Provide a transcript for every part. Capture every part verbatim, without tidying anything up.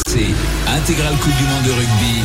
C'est Intégral Coupe du Monde de rugby.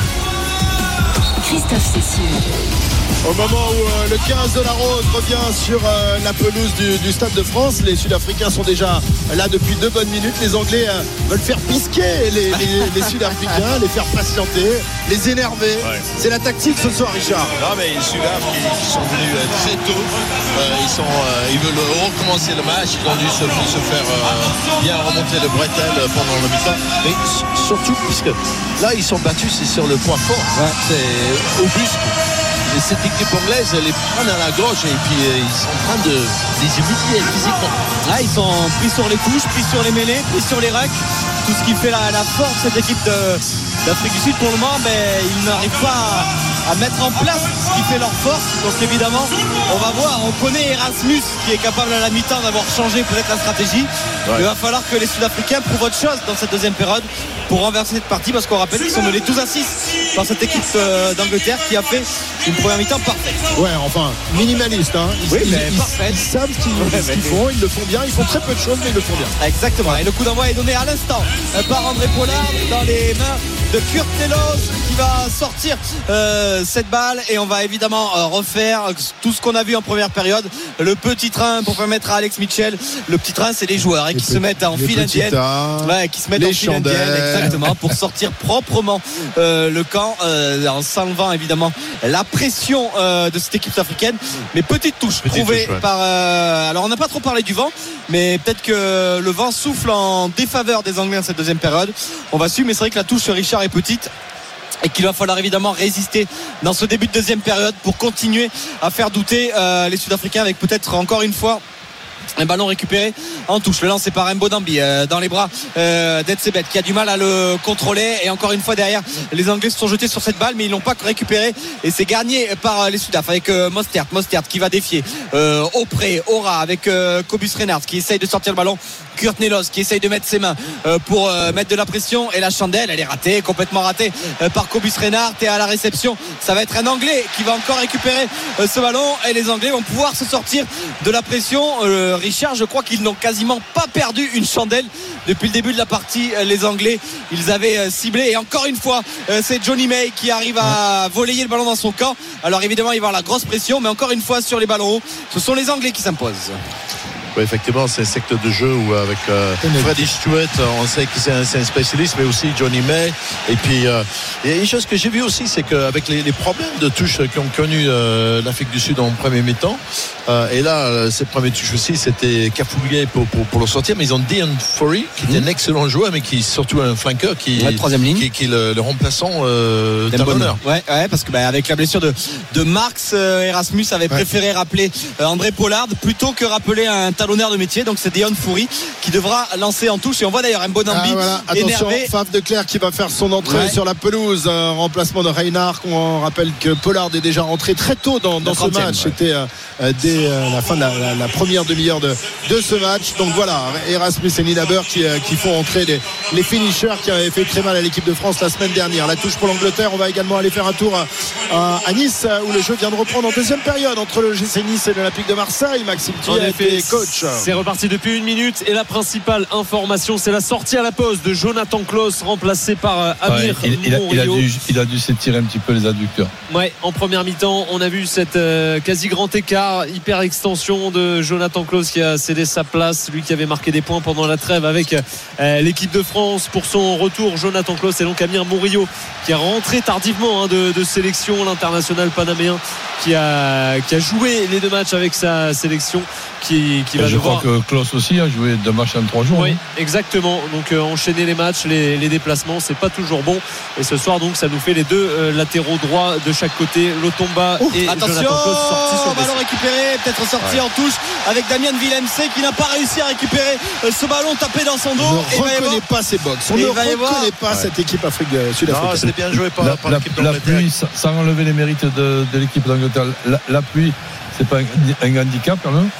Christophe Cessieux. Au moment où euh, le quinze de la Rose revient sur euh, la pelouse du, du Stade de France, les Sud-Africains sont déjà là depuis deux bonnes minutes. Les Anglais euh, veulent faire pisquer les, les, les Sud-Africains, les faire patienter, les énerver. Ouais. C'est la tactique ce soir, Richard. Non, mais les Sud-Africains qui, qui sont venus euh, très tôt, euh, ils, sont, euh, ils veulent recommencer le match. Ils ont dû se, se faire euh, bien remonter le bretelle pendant le mi-temps. Mais surtout, puisque là, ils sont battus, c'est sur le point fort. Ouais. C'est au busque. Et cette équipe anglaise, elle les prend à la gorge et puis euh, ils sont en train de les humilier physiquement. Ah, ils sont pris sur les touches, pris sur les mêlées, pris sur les rucks. Tout ce qui fait la, la force de cette équipe de, d'Afrique du Sud pour le moment, mais ils n'arrivent pas à, à mettre en place ce qui fait leur force. Donc évidemment, on va voir. On connaît Erasmus qui est capable à la mi-temps d'avoir changé peut-être la stratégie. Ouais. Il va falloir que les Sud-Africains prouvent autre chose dans cette deuxième période pour renverser cette partie, parce qu'on rappelle qu'ils sont menés douze à six par cette équipe euh, d'Angleterre qui a fait une première mi-temps parfaite. Ouais, enfin, minimaliste. Hein. Ils, oui, ils, mais ils, parfaite. Ils savent ce qu'ils, ouais, ce qu'ils font, ils le font bien. Ils font très peu de choses, mais ils le font bien. Exactement. Et le coup d'envoi est donné à l'instant par André Pollard dans les mains de Kurt Telos qui va sortir euh, cette balle, et on va évidemment euh, refaire tout ce qu'on a vu en première période. Le petit train pour permettre à Alex Mitchell. Le petit train, c'est les joueurs hein, qui se mettent en file indienne, ouais, qui se mettent en file indienne, exactement, pour sortir proprement euh, le camp euh, en s'enlevant évidemment la pression euh, de cette équipe africaine. Mais petite touche petite trouvée touche, ouais. par. Euh, alors on n'a pas trop parlé du vent, mais peut-être que le vent souffle en défaveur des Anglais dans cette deuxième période. On va suivre, mais c'est vrai que la touche Richard est petite et qu'il va falloir évidemment résister dans ce début de deuxième période pour continuer à faire douter euh, les Sud-Africains, avec peut-être encore une fois un ballon récupéré en touche. Le lance est par Mbo Dambi euh, dans les bras euh, d'Etsebet qui a du mal à le contrôler, et encore une fois derrière les Anglais se sont jetés sur cette balle mais ils l'ont pas récupéré, et c'est gagné par euh, les Sudaf avec euh, Mostert Mostert qui va défier euh, Aupré Aura avec euh, Cobus Reynard qui essaye de sortir le ballon, Kurt Nelos qui essaye de mettre ses mains euh, pour euh, mettre de la pression, et la chandelle elle est ratée, complètement ratée euh, par Cobus Reynard, et à la réception ça va être un Anglais qui va encore récupérer euh, ce ballon, et les Anglais vont pouvoir se sortir de la pression. euh, Richard, je crois qu'ils n'ont quasiment pas perdu une chandelle depuis le début de la partie. Les Anglais, ils avaient ciblé, et encore une fois c'est Johnny May qui arrive à voler le ballon dans son camp. Alors évidemment il va y avoir la grosse pression, mais encore une fois sur les ballons hauts, ce sont les Anglais qui s'imposent. Oui, effectivement, c'est un secteur de jeu où avec euh, Freddie Stewart, on sait que c'est un, c'est un spécialiste, mais aussi Johnny May. Et puis, euh, il y a une chose que j'ai vue aussi, c'est qu'avec les, les problèmes de touche qu'ont connu euh, l'Afrique du Sud en premier mi-temps, euh, et là, euh, ces premières touches aussi, c'était cafouillé pour, pour, pour le sortir, mais ils ont Dion Forey, qui était mmh. un excellent joueur, mais qui est surtout un flanqueur, qui, ouais, troisième ligne. qui, qui est le, le remplaçant euh, talonneur. Ouais, ouais, parce que bah, avec la blessure de, de Marx, euh, Erasmus avait ouais. préféré rappeler euh, André Pollard plutôt que rappeler un talonneur de métier. Donc c'est Dion Forey qui devra lancer en touche, et on voit d'ailleurs Mbo Dambi ah, voilà. Attention, énervé. Faf de Clerc qui va faire son entrée ouais. sur la pelouse, euh, remplacement de Reynard. On rappelle que Pollard est déjà rentré très tôt dans, dans ce match. Ouais. C'était euh, dès euh, la fin de la, la, la première demi-heure de, de ce match. Donc voilà, Erasmus et Ninaber qui, euh, qui font entrer les, les finishers qui avaient fait très mal à l'équipe de France la semaine dernière. La touche pour l'Angleterre. On va également aller faire un tour à, à Nice, où le jeu vient de reprendre en deuxième période entre le G C Nice et l'Olympique de Marseille. Maxime Thiel était coach. C'est reparti depuis une minute, et la principale information, c'est la sortie à la pause de Jonathan Klaus, remplacé par euh, Amir ouais, il, il, a, il, a dû, il a dû s'étirer un petit peu les adducteurs. Ouais, en première mi-temps, on a vu cette euh, quasi grand écart, hyper extension de Jonathan Klaus qui a cédé sa place, lui qui avait marqué des points pendant la trêve avec euh, l'équipe de France. Pour son retour, Jonathan Klaus, et donc Amir Murillo qui a rentré tardivement hein, de, de sélection, l'international panaméen qui a, qui a joué les deux matchs avec sa sélection, qui, qui va je devoir... crois que Klaus aussi a joué deux matchs en trois jours. Oui, hein. exactement. Donc euh, enchaîner les matchs, les, les déplacements, c'est pas toujours bon. Et ce soir, donc, ça nous fait les deux euh, latéraux droits de chaque côté, Lotomba Ouh, et attention, Jonathan Klaus sortis sur le ballon récupéré, peut-être sorti ouais. en touche avec Damien Willemse qui n'a pas réussi à récupérer euh, ce ballon tapé dans son dos. On ne reconnaît pas ses box. On ne reconnaît voir... pas ouais. cette équipe Afrique sud-africaine. Non, c'était bien joué par, la, par la, l'équipe la d'Angleterre. pluie, sans enlever les mérites de, de l'équipe d'Angleterre, la, la pluie, c'est pas un, un handicap quand même.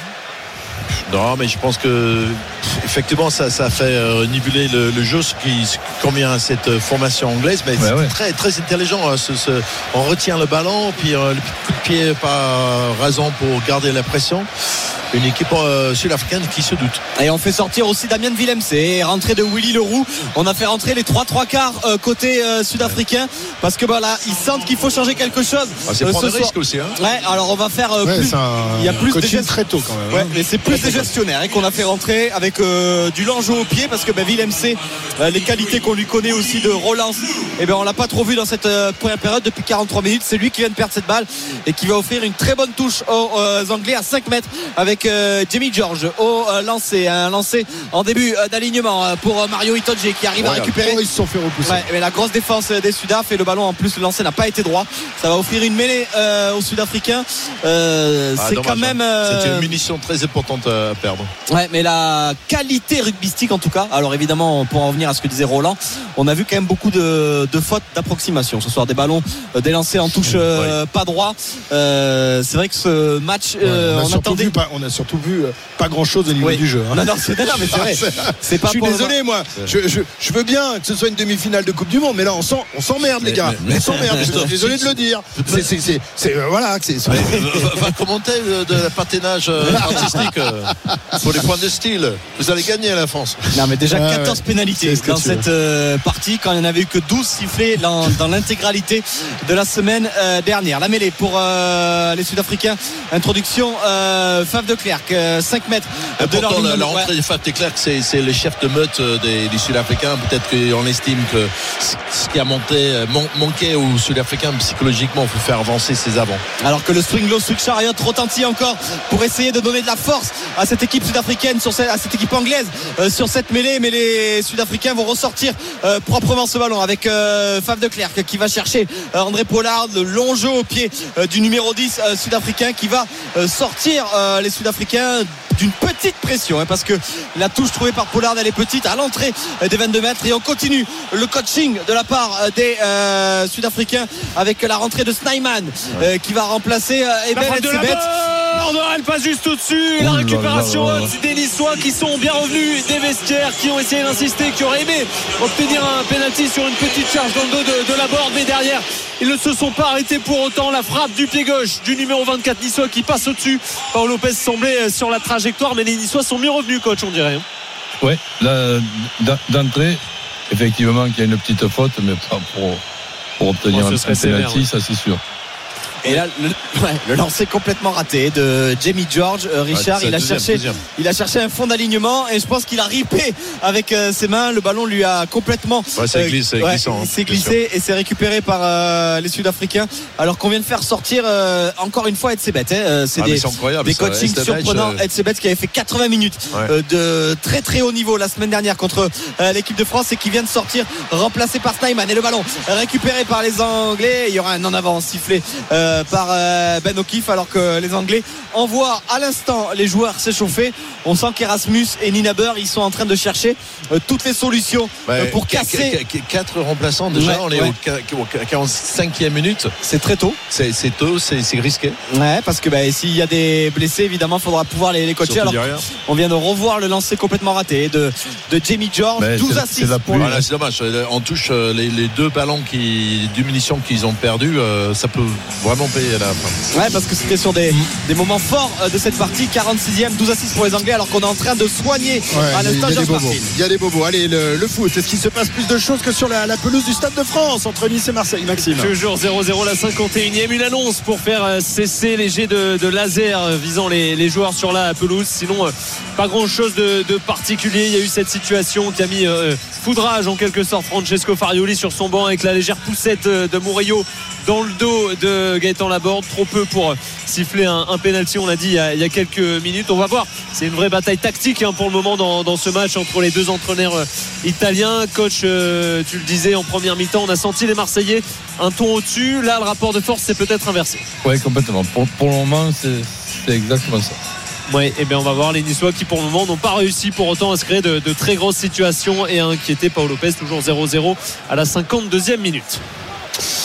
Non, mais je pense que effectivement ça, ça fait euh, niveler le, le jeu, ce qui ce qui convient à cette formation anglaise. Mais ouais, c'est ouais. très très intelligent. Hein, ce, ce, on retient le ballon, puis euh, le coup de pied par raison pour garder la pression. une équipe euh, sud-africaine qui se doute. Et on fait sortir aussi Damien Willemse et rentrée de Willy Leroux. On a fait rentrer les trois trois quarts euh, côté euh, sud-africain parce que voilà, ils sentent qu'il faut changer quelque chose. Ah, c'est euh, prendre ce des risques aussi. Hein. Ouais, alors on va faire euh, ouais, plus. Un, il y a plus de gestes très tôt quand même. Ouais, hein. mais c'est plus des gestionnaires hein, qu'on a fait rentrer avec euh, du Langeau au pied parce que ben, Willemse, euh, les qualités qu'on lui connaît aussi de relance, et ben on l'a pas trop vu dans cette euh, première période depuis quarante-trois minutes. C'est lui qui vient de perdre cette balle et qui va offrir une très bonne touche aux, aux Anglais à cinq mètres avec euh, Jamie George au euh, lancer, un lancer en début euh, d'alignement euh, pour euh, Mario Itoje qui arrive ouais, à récupérer. Oh, ils se sont fait repousser. Ouais, mais la grosse défense des Sudaf et le ballon en plus le lancer n'a pas été droit. Ça va offrir une mêlée euh, aux Sud-Africains. Euh, ah, c'est dommage, quand même. Euh... C'était une munition très importante à perdre. Ouais, mais la qualité rugbystique en tout cas. Alors évidemment, pour en revenir à ce que disait Roland, on a vu quand même beaucoup de, de fautes d'approximation ce soir, des ballons euh, des lancers en touche euh, ouais. pas droit. Euh, c'est vrai que ce match, euh, ouais, on, a on attendait. Pas, on a surtout vu euh, pas grand chose au niveau oui. du jeu. Hein. Non, non, c'est, non, mais c'est vrai. c'est, c'est pas je suis désolé, moi. Je, je, je veux bien que ce soit une demi-finale de Coupe du Monde, mais là, on, s'en, on s'emmerde, mais, les gars. Mais, mais, on s'emmerde. Je suis désolé de le dire. C'est, c'est, c'est, c'est euh, voilà. C'est, c'est... Va, va commenter de, de la patinage euh, artistique euh, pour les points de style. Vous allez gagner à la France. Non, mais déjà quatorze ouais, pénalités dans cette euh, partie, quand il n'y en avait eu que douze sifflés dans, dans l'intégralité de la semaine euh, dernière. La mêlée pour euh, les Sud-Africains. Introduction euh, Faf de Klerk, euh, cinq mètres de de leur la, la rentrée ouais. de Faf de Klerk, c'est, c'est le chef de meute des, des Sud-Africains. Peut-être qu'on estime que ce qui a monté, man, manqué aux Sud-Africains psychologiquement, il faut faire avancer ses avants. Alors que le swing low switch chariot retentit encore pour essayer de donner de la force à cette équipe sud-africaine, sur cette, à cette équipe anglaise euh, sur cette mêlée, mais les Sud-Africains vont ressortir euh, proprement ce ballon avec euh, Faf de Klerk qui va chercher euh, André Pollard, le long jeu au pied euh, du numéro dix euh, sud-africain qui va euh, sortir euh, les Sud-Africains d'une petite pression hein, parce que la touche trouvée par Pollard elle est petite à l'entrée euh, des vingt-deux mètres et on continue le coaching de la part euh, des euh, Sud-Africains avec la rentrée de Snyman euh, qui va remplacer euh, Ebel Etzebeth. Elle passe juste au-dessus. La récupération haute des Niçois qui sont bien revenus des vestiaires, qui ont essayé d'insister, qui auraient aimé obtenir un penalty sur une petite charge dans le dos de, de la board, mais derrière ils ne se sont pas arrêtés pour autant. La frappe du pied gauche du numéro vingt-quatre Niçois qui passe au-dessus. Paolo Lopez semblait sur la trajectoire, mais les Niçois sont mieux revenus, coach, on dirait. Oui, d'entrée effectivement qu'il y a une petite faute, mais pas pour, pour obtenir bon, un, un penalty, ouais. Ça c'est sûr. Et là, le, ouais, le lancer complètement raté de Jamie George. Euh, Richard, ouais, il, a deuxième, cherché, deuxième. il a cherché un fond d'alignement et je pense qu'il a ripé avec euh, ses mains. Le ballon lui a complètement ouais, c'est glissé, c'est euh, glissant, ouais, c'est glissé et c'est récupéré par euh, les Sud-Africains. Alors qu'on vient de faire sortir euh, encore une fois Etzebeth. Hein, c'est ah, des, c'est des coachings surprenants. Euh... Etzebeth qui avait fait quatre-vingts minutes ouais. euh, de très très haut niveau la semaine dernière contre euh, l'équipe de France et qui vient de sortir remplacé par Snyman. Et le ballon récupéré par les Anglais. Il y aura un en avant sifflé euh, par Ben O'Keefe alors que les Anglais envoient à l'instant les joueurs s'échauffer. On sent qu'Erasmus et Ninaber ils sont en train de chercher euh, toutes les solutions euh, ouais, pour casser quatre remplaçants déjà ouais, on est ouais. au quarante-cinquième minute. C'est très tôt, c'est, c'est tôt, c'est, c'est risqué ouais, parce que bah, s'il y a des blessés évidemment il faudra pouvoir les, les coacher. Alors, on vient de revoir le lancer complètement raté de, de Jamie George. Mais douze à six pour voilà, c'est dommage, on touche les, les deux ballons qui, du munition qu'ils ont perdu, euh, ça peut vraiment payer la fin. Ouais, parce que c'était sur des, des moments forts de cette partie. Quarante-sixième, douze à six pour les Anglais alors qu'on est en train de soigner ouais, à l'instant George Martin. Il y a des bobos. Allez, le, le foot, est-ce qu'il se passe plus de choses que sur la, la pelouse du Stade de France entre Nice et Marseille, Maxime? Toujours zéro zéro la cinquante et unième, une annonce pour faire cesser les jets de, de laser visant les, les joueurs sur la pelouse. Sinon pas grand chose de, de particulier. Il y a eu cette situation qui a mis euh, foudrage en quelque sorte Francesco Farioli sur son banc avec la légère poussette de Murillo dans le dos de Gaëtan Laborde. Trop peu pour siffler un, un penalty, on l'a dit il y, a, il y a quelques minutes. On va voir, c'est une vraie bataille tactique hein, pour le moment dans, dans ce match entre les deux entraîneurs euh, italiens. Coach, euh, tu le disais en première mi-temps, on a senti les Marseillais un ton au-dessus. Là le rapport de force s'est peut-être inversé. Oui, complètement, pour, pour le moment c'est, c'est exactement ça. Oui, et bien on va voir les Niçois qui pour le moment n'ont pas réussi pour autant à se créer de, de très grosses situations et à inquiéter Paolo Lopez. Toujours zéro zéro à la cinquante-deuxième minute.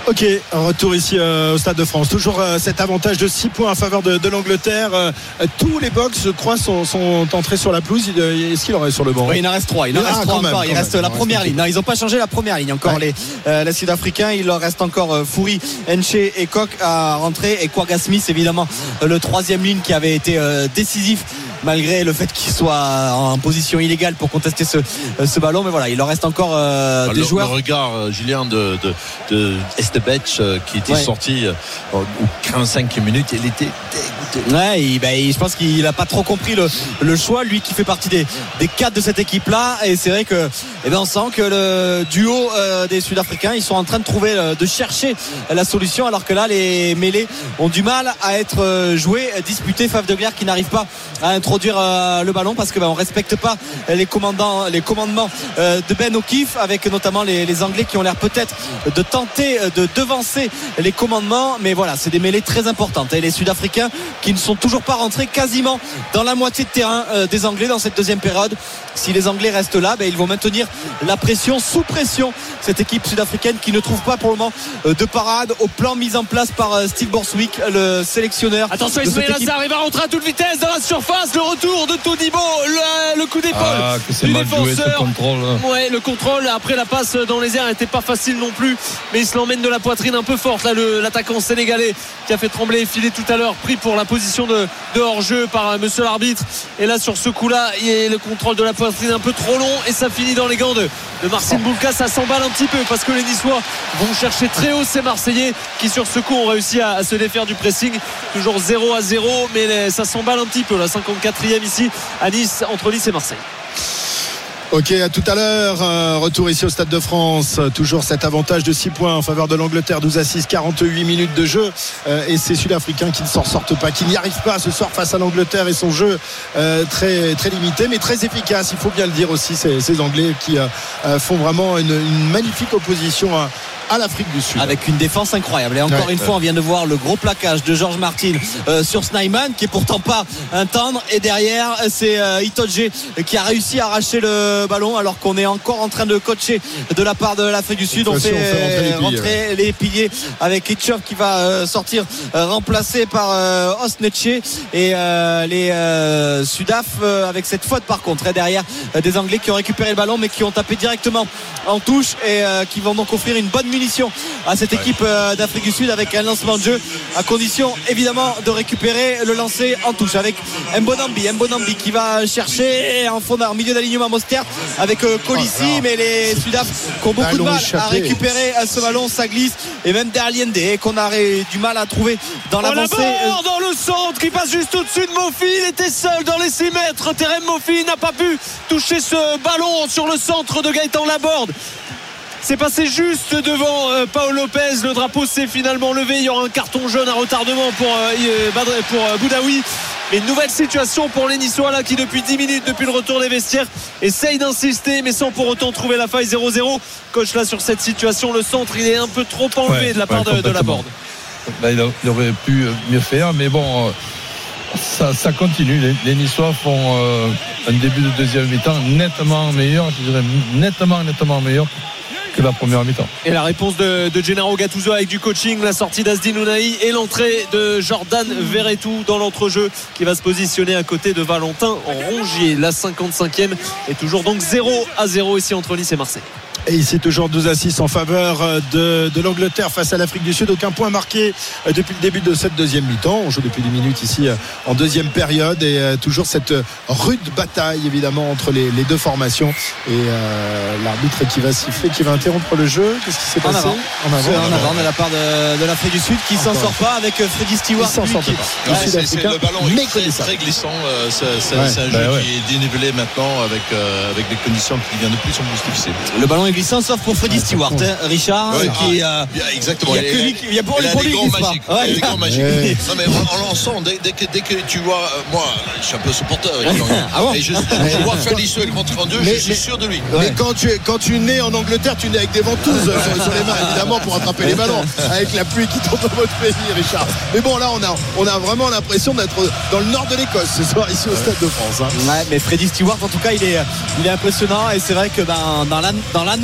Ok, retour ici euh, au Stade de France. Toujours euh, cet avantage de six points en faveur de, de l'Angleterre. Euh, tous les box, je crois, sont, sont entrés sur la pelouse. Est-ce qu'il en reste sur le banc? Oui, il en reste trois. Il en ah, reste trois même, encore. Il reste même. la Non, première ligne. Non, ils n'ont pas changé la première ligne. Encore ouais. les, euh, les Sud-Africains. Il leur reste encore euh, Fourie, Enche et Koch à rentrer. Et Quagga Smith, évidemment, euh, le troisième ligne qui avait été euh, décisif, malgré le fait qu'il soit en position illégale pour contester ce, ce ballon. Mais voilà, il leur reste encore euh, des le, joueurs. Le regard, Julien, de, de, de Estebec euh, qui était ouais. sorti euh, aux quarante-cinq minutes, il était dégoûté. Ouais, il, ben, je pense qu'il n'a pas trop compris le, le choix, lui qui fait partie des, des cadres de cette équipe-là. Et c'est vrai que, eh ben, on sent que le duo euh, des Sud-Africains, ils sont en train de trouver, euh, de chercher la solution, alors que là, les mêlées ont du mal à être euh, joués, disputés. Faf de Clerc qui n'arrive pas à introduire euh, le ballon parce que ben, on respecte pas les commandants, les commandements euh, de Ben O'Keefe, avec notamment les, les Anglais qui ont l'air peut-être de tenter de devancer les commandements. Mais voilà, c'est des mêlées très importantes. Et les Sud-Africains qui ne sont toujours pas rentrés quasiment dans la moitié de terrain euh, des Anglais dans cette deuxième période. Si les Anglais restent là, ben, ils vont maintenir la pression, sous pression, cette équipe sud-africaine qui ne trouve pas pour le moment euh, de parade au plan mis en place par euh, Steve Borswick, le sélectionneur. Attention, Ismail Assar arrive à rentrer à toute vitesse dans la surface. Le retour de Todibo, le, le coup d'épaule ah, du défenseur. Ce contrôle, hein. Ouais, le contrôle après la passe dans les airs n'était pas facile non plus, mais il se l'emmène de la poitrine un peu forte là, le, l'attaquant sénégalais qui a fait trembler et filer tout à l'heure, pris pour la position de, de hors-jeu par euh, monsieur l'arbitre. Et là sur ce coup là, il y a le contrôle de la poitrine un peu trop long et ça finit dans les gants de, de Marcin Bulka. Ça s'emballe un petit peu parce que les Niçois vont chercher très haut ces Marseillais qui sur ce coup ont réussi à, à se défaire du pressing. Toujours zéro à zéro, mais les, ça s'emballe un petit peu la cinquante-quatrième ici à Nice, entre Nice et Marseille. Ok, à tout à l'heure. Euh, retour ici au Stade de France. Toujours cet avantage de six points en faveur de l'Angleterre. douze à six, quarante-huit minutes de jeu. Euh, et ces Sud-Africains qui ne s'en sortent pas, qui n'y arrivent pas ce soir face à l'Angleterre et son jeu euh, très, très limité, mais très efficace. Il faut bien le dire aussi, ces, ces Anglais qui euh, font vraiment une, une magnifique opposition à, à l'Afrique du Sud. Avec une défense incroyable. Et encore ouais, une ouais. fois, on vient de voir le gros plaquage de George Martin euh, sur Snyman, qui est pourtant pas un tendre. Et derrière, c'est euh, Itoje qui a réussi à arracher le ballon, alors qu'on est encore en train de coacher de la part de l'Afrique du Sud. On fait, on fait rentrer, les, rentrer piliers, les piliers avec Hitchov qui va euh, sortir euh, remplacé par euh, Osneche et euh, les euh, Sudaf euh, avec cette faute par contre. Et derrière, euh, des Anglais qui ont récupéré le ballon mais qui ont tapé directement en touche et euh, qui vont donc offrir une bonne munition à cette équipe euh, d'Afrique du Sud avec un lancement de jeu, à condition évidemment de récupérer le lancer en touche avec Mbonambi. Mbonambi qui va chercher en fond, en milieu d'alignement Mostert avec euh, Colissi, oh, mais les Sudaf qui ont beaucoup de mal échappé. à récupérer ce ballon, ça glisse, et même Derliende qu'on a du mal à trouver dans l'avancée. Oh, dans le centre qui passe juste au-dessus de Mofi, il était seul dans les six mètres. Terem Mofi n'a pas pu toucher ce ballon sur le centre de Gaëtan Laborde. C'est passé juste devant euh, Paul Lopez. Le drapeau s'est finalement levé. Il y aura un carton jaune à retardement pour, euh, pour euh, Boudaoui. Mais une nouvelle situation pour les Niçois là, qui depuis dix minutes, depuis le retour des vestiaires, essayent d'insister mais sans pour autant trouver la faille. Zéro zéro. Coach là sur cette situation, le centre il est un peu trop enlevé ouais, de la part ouais, de, de Laborde. Là, il aurait pu mieux faire, mais bon, ça, ça continue. Les, les Niçois font euh, un début de deuxième mi-temps nettement meilleur, je dirais nettement, nettement meilleur que la première mi-temps. Et la réponse de, de Gennaro Gattuso avec du coaching, la sortie d'Azdin Ounahi et l'entrée de Jordan Verretou dans l'entrejeu qui va se positionner à côté de Valentin Rongier. La cinquante-cinquième est toujours donc zéro à zéro ici entre Nice et Marseille. Et ici toujours douze à six en faveur de, de l'Angleterre face à l'Afrique du Sud. Aucun point marqué depuis le début de cette deuxième mi-temps. On joue depuis dix minutes ici en deuxième période. Et toujours cette rude bataille évidemment entre les, les deux formations. Et euh, l'arbitre qui va siffler, qui va interrompre le jeu. Qu'est-ce qui s'est passé? En avant, en avant, en avant de la part de, de l'Afrique du Sud qui Encore. s'en sort pas avec Freddie Stewart. Il s'en sort pas. Le ouais, Sud-Africain, le ballon est très, très glissant. C'est, c'est, ouais, c'est un bah jeu ouais. qui est dénivelé maintenant avec, euh, avec des conditions qui deviennent de plus en plus difficiles. Le ballon est glissant sauf pour Freddie Stewart, hein, Richard, ouais, qui ah, euh, exactement. Il y a que lui qui il y a pour, pour lui qui magique. Ouais. Il y a des grands magiques. Ouais. Non mais on, on l'entend dès, dès, que, dès que tu vois euh, moi je suis un peu supporter ah bon et je, je vois Félix contre trente-deux, je suis mais, sûr de lui. Mais ouais. quand tu quand tu nais en Angleterre, tu nais avec des ventouses sur, sur les mains évidemment pour attraper les ballons avec la pluie qui tombe dans votre pays, Richard. Mais bon là on a on a vraiment l'impression d'être dans le nord de l'Écosse ce soir ici au Stade de France. Hein. Ouais, mais Freddie Stewart en tout cas il est il est impressionnant et c'est vrai que ben, dans la dans l'annonce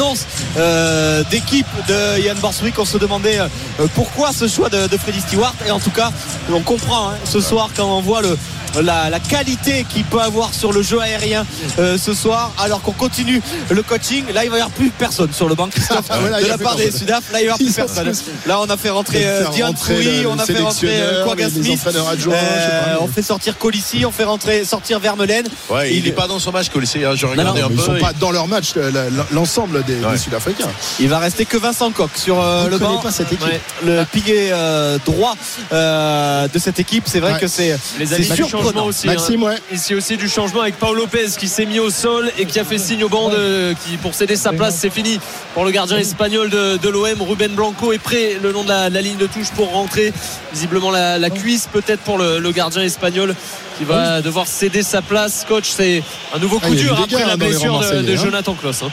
l'annonce euh, d'équipe de Ian Borswick, on se demandait euh, pourquoi ce choix de, de Freddie Stewart. Et en tout cas, on comprend hein, ce soir quand on voit le La, la qualité qu'il peut avoir sur le jeu aérien euh, ce soir, alors qu'on continue le coaching. Là il va y avoir plus personne sur le banc, Christophe, ah, voilà, de la part des Sudaf. Là il va y avoir plus personne. Là on a fait rentrer euh, Diane Fouy, on a fait rentrer euh, Quagga Smith, euh, on fait sortir Colissi, on fait rentrer sortir Vermeulen. Ouais, il n'est pas dans son match Colissi, hein, je regardais un ils peu. Ils sont pas dans leur match l'ensemble des, ouais. des Sud-Africains. Il va rester que Vincent Koch sur euh, le banc. Pas cette équipe. Ouais. Le ah. pilier euh, droit euh, de cette équipe. C'est vrai ouais. que c'est les amis du changement aussi. Maxime, hein. ouais. Ici aussi du changement avec Paul Lopez qui s'est mis au sol et qui a fait signe au banc de, qui, pour céder sa place. C'est fini pour le gardien espagnol de, de l'O M. Ruben Blanco est prêt le long de la, la ligne de touche pour rentrer. Visiblement la, la cuisse peut-être pour le, le gardien espagnol qui va oui. devoir céder sa place. Coach, c'est un nouveau coup ah, dur après la blessure de, de Jonathan Klaus. Hein.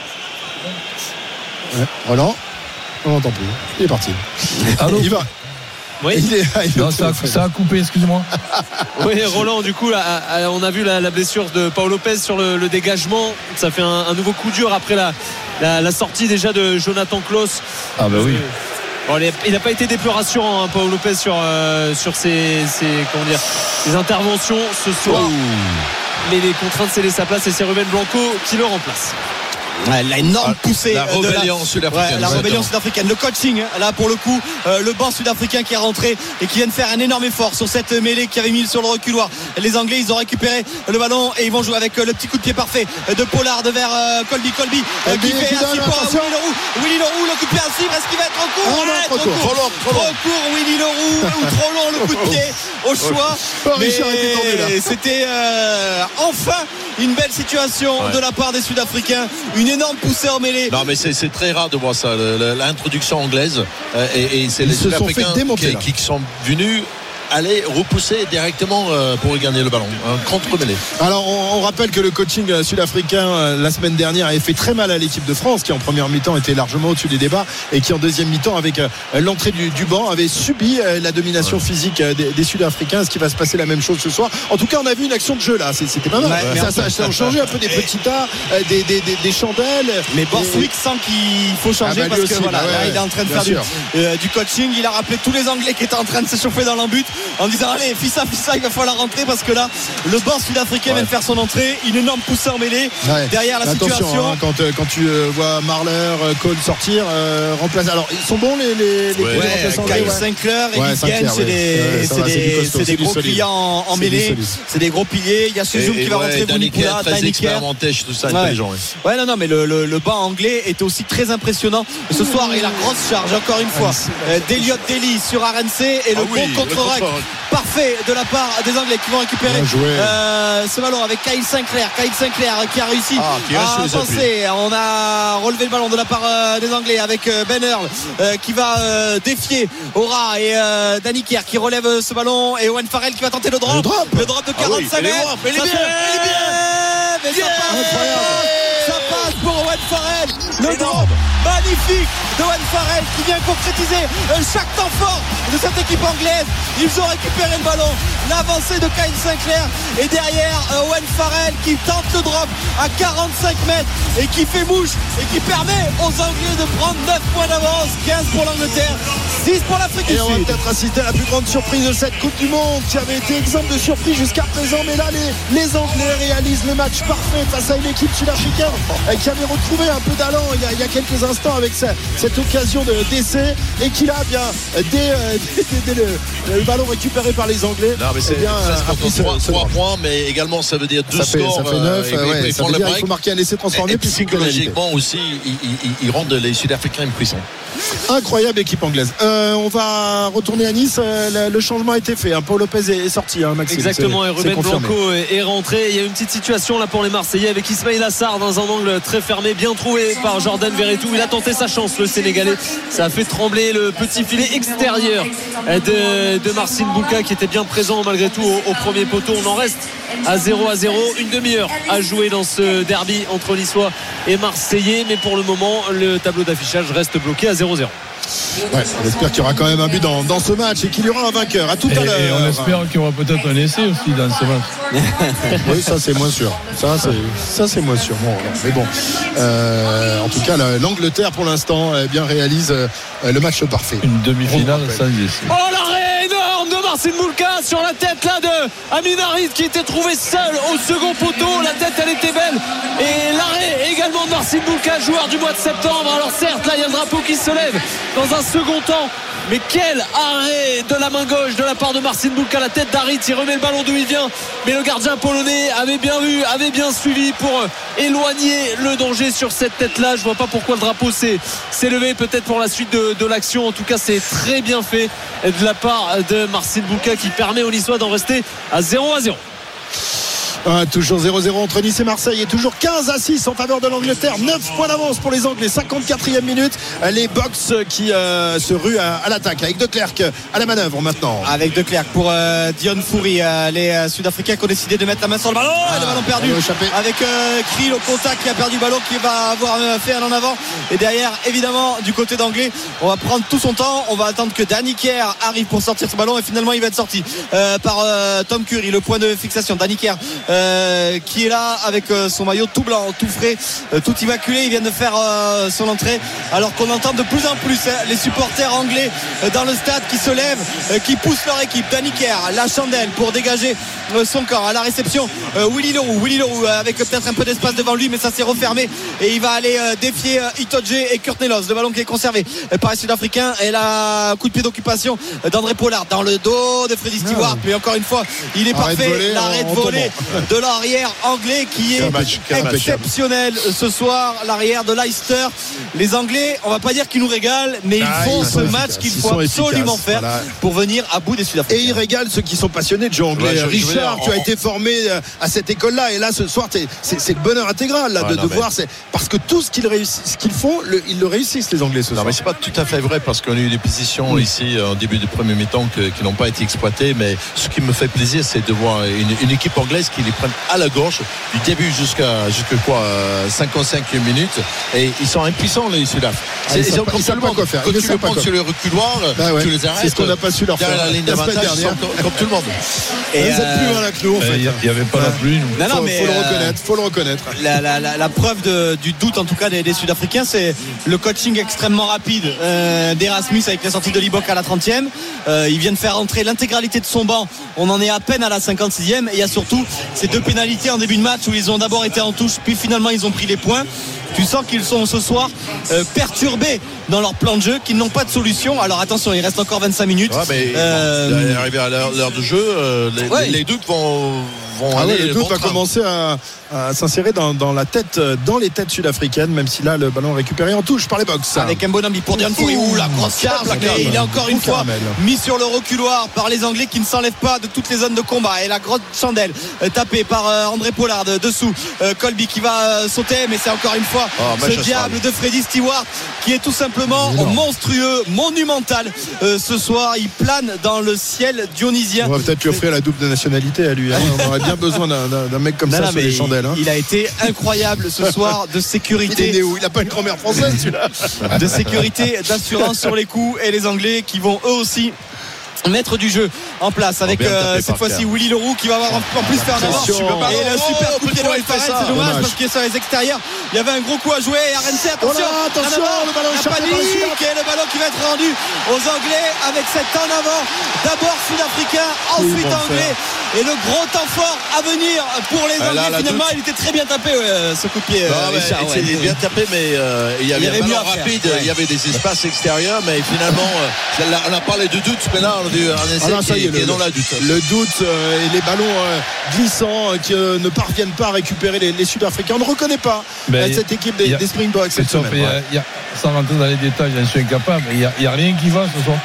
Ouais. Roland, on n'entend plus. Il est parti. Allô. Il va. Oui. Il est, il non, ça, a, ça a coupé, excusez-moi. Oui, Roland, du coup, là, on a vu la, la blessure de Paul Lopez sur le, le dégagement. Ça fait un, un nouveau coup dur après la, la, la sortie déjà de Jonathan Klaus. Ah, bah oui. Bon, il n'a pas été des plus rassurant, hein, Paul Lopez, sur, euh, sur ses, ses, comment dire, ses interventions ce soir. Oh. Mais les contraintes, c'est laisser sa place et c'est Ruben Blanco qui le remplace. Ouais, la énorme poussée la rébellion de la, sud-africaine, ouais, la rébellion sud-africaine, le coaching là pour le coup euh, le banc sud-africain qui est rentré et qui vient de faire un énorme effort sur cette mêlée qui avait mis sur le reculoir. Les Anglais ils ont récupéré le ballon et ils vont jouer avec euh, le petit coup de pied parfait de Pollard vers euh, Colby Colby euh, qui fait un support à Willy Leroux. Willy Leroux l'occupé à suivre, est-ce qu'il va être trop court? Oh, non, ouais, trop, trop, court. Court. trop long trop, trop court Willy Leroux ou trop long le coup de pied au choix. Oh, mais tendu, c'était euh, enfin une belle situation ouais. de la part des Sud-Africains, une énorme poussée en mêlée. Non mais c'est, c'est très rare de voir ça, l'introduction anglaise euh, et, et c'est Ils les Sud-Africains qui, qui sont venus aller repousser directement euh, pour gagner le ballon, un contre-mêlée. Alors on, on rappelle que le coaching sud-africain euh, la semaine dernière avait fait très mal à l'équipe de France qui en première mi-temps était largement au-dessus des débats et qui en deuxième mi-temps avec euh, l'entrée du, du banc avait subi euh, la domination ouais. physique euh, des, des Sud-Africains. Est-ce qu'il va se passer la même chose ce soir? En tout cas on a vu une action de jeu là, c'était pas mal. Ouais, ça, ça, ça a changé un peu des petits tas, euh, des, des, des, des chandelles. Mais Borswick sent qu'il faut changer ah bah parce que aussi, voilà, bah ouais, là, il est en train de faire du, euh, du coaching. Il a rappelé tous les Anglais qui étaient en train de s'échauffer dans l'embut en disant allez Fissa Fissa il va falloir rentrer parce que là le banc sud-africain ouais. vient de faire son entrée, une énorme poussée en mêlée ouais. derrière la attention, situation hein, quand, quand tu euh, vois Marler euh, Cole sortir euh, remplacer, alors ils sont bons les, les, les ouais, remplaçants Kyle ouais. Sinclair et ouais, Guy c'est des, c'est des, c'est des gros clients en, en mêlée, c'est des gros piliers. Il y a Suzoum qui va ouais, rentrer Vunipola, très expérimenté tout ça intelligent ouais non non mais le, le, le banc anglais était aussi très impressionnant ce soir et la grosse charge encore une fois d'Eliott Daly sur R N C et le bon contre-rack parfait de la part des Anglais qui vont récupérer euh, ce ballon avec Kyle Sinclair Kyle Sinclair qui a réussi ah, qui à avancer. On a relevé le ballon de la part euh, des Anglais avec euh, Ben Earl euh, qui va euh, défier Ora et euh, Danny Kerr qui relève euh, ce ballon et Owen Farrell qui va tenter le drop le drop, le drop de quarante-cinq ah oui, mètres mais il est bien, il est bien. Mais ça passe, ça passe pour Owen Farrell le drop magnifique de Owen Farrell qui vient concrétiser chaque temps fort de cette équipe anglaise. Ils ont récupéré le ballon, l'avancée de Kyle Sinclair et derrière Owen Farrell qui tente le drop à quarante-cinq mètres et qui fait mouche et qui permet aux Anglais de prendre neuf points d'avance, quinze pour l'Angleterre, six pour l'Afrique du Sud. Et on va peut-être assister à la plus grande surprise de cette Coupe du Monde qui avait été exemple de surprise jusqu'à présent, mais là les, les Anglais réalisent le match parfait face à une équipe sud-africaine qui avait retrouvé un peu d'allant il y a, il y a quelques instants avec cette, cette occasion de d'essai et qui là bien dès, dès, dès, dès le, le ballon récupéré par les Anglais. Non mais c'est eh bien, trois points mais également ça veut dire deux ça fait, scores. Ça fait neuf. Euh, ouais, ça veut dire il faut marquer un essai transformé. Et, et psychologiquement aussi ils, ils, ils rendent les Sud-Africains impuissants. Incroyable équipe anglaise. Euh, on va retourner à Nice. Euh, le, le changement a été fait. Hein. Paul Lopez est, est sorti. Hein, Maxime. Exactement. C'est, et Ruben Blanco est, est rentré. Il y a une petite situation là pour les Marseillais avec Ismaïla Sarr dans un angle très fermé, bien trouvé par Jordan Verretou. Il a tenté sa chance, le Sénégalais. Ça a fait trembler le petit filet extérieur de, de Marcin Bouka qui était bien présent malgré tout au, au premier poteau. On en reste à zéro à zéro. Une demi-heure à jouer dans ce derby entre Niçois et Marseillais, mais pour le moment le tableau d'affichage reste bloqué à zéro zéro. Ouais, on espère qu'il y aura quand même un but dans, dans ce match et qu'il y aura un vainqueur. À tout et, à l'heure. Et on espère qu'il y aura peut-être un essai aussi dans ce match. Oui, ça c'est moins sûr. Ça c'est, ça, c'est moins sûr. Bon, mais bon, euh, en tout cas, l'Angleterre pour l'instant eh bien réalise euh, le match parfait. Une demi-finale sans essai. Oh, l'arrêt énorme de Marcin Boulka sur la tête là de Amin Harit qui était trouvé seul au second poteau. La tête elle était belle et l'arrêt également de Marcin Boulka, joueur du mois de septembre. Alors certes là il y a le drapeau qui se lève dans un second temps, mais quel arrêt de la main gauche de la part de Marcin Boulka. La tête d'Harit, il remet le ballon d'où il vient, mais le gardien polonais avait bien vu, avait bien suivi pour éloigner le danger sur cette tête là. Je vois pas pourquoi le drapeau s'est, s'est levé, peut-être pour la suite de, de l'action. En tout cas c'est très bien fait de la part de Marcin Boulka qui permet aux Niçois d'en rester à zéro à zéro. Ah, toujours zéro zéro entre Nice et Marseille et toujours quinze à six en faveur de l'Angleterre. neuf points d'avance pour les Anglais. cinquante-quatrième minute, les Box qui euh, se ruent à, à l'attaque avec De Klerk à la manœuvre maintenant. Avec De Klerk pour euh, Dion Foury, euh, les euh, Sud-Africains qui ont décidé de mettre la main sur le ballon. Ah, le ballon perdu avec euh, Kriel au contact qui a perdu le ballon, qui va avoir euh, fait un en avant. Et derrière, évidemment, du côté d'anglais, on va prendre tout son temps. On va attendre que Danny Kerr arrive pour sortir ce ballon et finalement il va être sorti euh, par euh, Tom Curry, le point de fixation. Danny Kerr Euh, qui est là avec euh, son maillot tout blanc, tout frais, euh, tout immaculé. Il vient de faire euh, son entrée, alors qu'on entend de plus en plus hein, les supporters anglais euh, dans le stade qui se lèvent, euh, qui poussent leur équipe. Danny Kerr, la chandelle pour dégager euh, son corps. À la réception, euh, Willy Leroux Willy Leroux euh, avec peut-être un peu d'espace devant lui, mais ça s'est refermé et il va aller euh, défier euh, Itoje et Kurtnelos. Le ballon qui est conservé euh, par les Sud-Africains et la coup de pied d'occupation euh, d'André Pollard dans le dos de Freddie Stewart. Mais encore une fois, il est Arrête parfait, voler, l'arrêt de voler de l'arrière anglais qui est match, exceptionnel ce soir, l'arrière de Leicester. Les Anglais, on va pas dire qu'ils nous régalent, mais ils ah, font ils ce match efficaces. qu'il Ils faut absolument efficaces. faire Voilà. pour venir à bout des Sud-Africains. Et ils régalent ceux qui sont passionnés de jeu anglais. Ouais, je, Richard, je tu as dire, été formé à cette école-là et là ce soir c'est, c'est, c'est le bonheur intégral là, ouais, de, non, de mais... voir c'est, parce que tout ce qu'ils, réussissent, ce qu'ils font le, ils le réussissent les Anglais ce non, soir. mais c'est pas tout à fait vrai parce qu'on a eu des positions oui. ici en début du premier mi-temps que, qui n'ont pas été exploitées, mais ce qui me fait plaisir c'est de voir une, une équipe anglaise qui les prenne à la gorge du début jusqu'à, jusqu'à quoi cinquante-cinq minutes et ils sont impuissants les Sud-Africains. Ah, ils savent pas, ils savent pas quoi faire. Quand Ils tu les prends sur le reculoir, bah ouais. tu les arrêtes. C'est ce qu'on n'a pas su leur faire derrière la ligne d'avantage comme, comme tout le monde. Et vous êtes plus loin là que nous en fait. Il n'y avait pas la pluie. Non, non, faut, mais faut le euh, reconnaître, faut le reconnaître. La, la, la, la preuve de, du doute en tout cas des, des Sud-Africains, c'est le coaching extrêmement rapide euh, d'Erasmus avec la sortie de Libok à la trentième. Euh, il vient de faire entrer l'intégralité de son banc. On en est à peine à la cinquante-sixième et il y a surtout ces deux pénalités en début de match où ils ont d'abord été en touche puis finalement ils ont pris les points. Tu sens qu'ils sont ce soir euh, perturbés dans leur plan de jeu, qu'ils n'ont pas de solution. Alors attention, il reste encore vingt-cinq minutes. Ouais, mais euh, arrivé à l'heure, l'heure de jeu, euh, les, ouais. les, les doutes vont, vont ah aller. Ouais, le doute bon va train. commencer à, à s'insérer dans, dans la tête, dans les têtes sud-africaines, même si là le ballon récupéré en touche par les Box. Avec un bonhomme pour Dion Foury, ouh la grosse charge, mais il est encore une fois caramel. mis sur le reculoir par les Anglais qui ne s'enlèvent pas de toutes les zones de combat. Et la grosse chandelle euh, tapée par euh, André Pollard euh, dessous. Euh, Colby qui va euh, sauter, mais c'est encore une fois oh, ce diable de Freddie Stewart qui est tout simplement monstrueux, monumental. Euh, ce soir, il plane dans le ciel dionysien. On va peut-être lui offrir la double nationalité à lui. Hein. On aurait bien besoin d'un, d'un, d'un mec comme non, ça non, sur les chandelles. Hein. Il a été incroyable ce soir de sécurité. Il est né où ? Il n'a pas une grand-mère française celui-là. De sécurité, d'assurance sur les coups et les Anglais qui vont eux aussi mettre du jeu en place avec euh, cette fois-ci Willy Leroux qui va avoir en plus faire un avance et le super coup de pied de Will Farrell, c'est dommage, dommage parce qu'il est sur les extérieurs, il y avait un gros coup à jouer et R N C attention, oh là, attention avant, le ballon la panique et le ballon qui va être rendu aux Anglais avec cet en avant d'abord sud-africain, ensuite oui, anglais et le gros temps fort à venir pour les Anglais. Là, finalement doute. Il était très bien tapé ouais, ce coup de pied. Non, euh, Richard, ouais, il était bien tapé mais euh, il y avait, il y avait un ballon rapide, ouais. Il y avait des espaces extérieurs mais finalement euh, on a parlé de doute mais là on a un essai ah non, qui, est, est, qui est dans la doute. Le doute euh, et les ballons euh, glissants euh, qui euh, ne parviennent pas à récupérer les, les Sud-Africains. On ne reconnaît pas euh, cette équipe des, des Springboks cette semaine. Il y a, il y a, sans rentrer dans les détails, j'en suis incapable. Il n'y a, a rien qui va ce soir.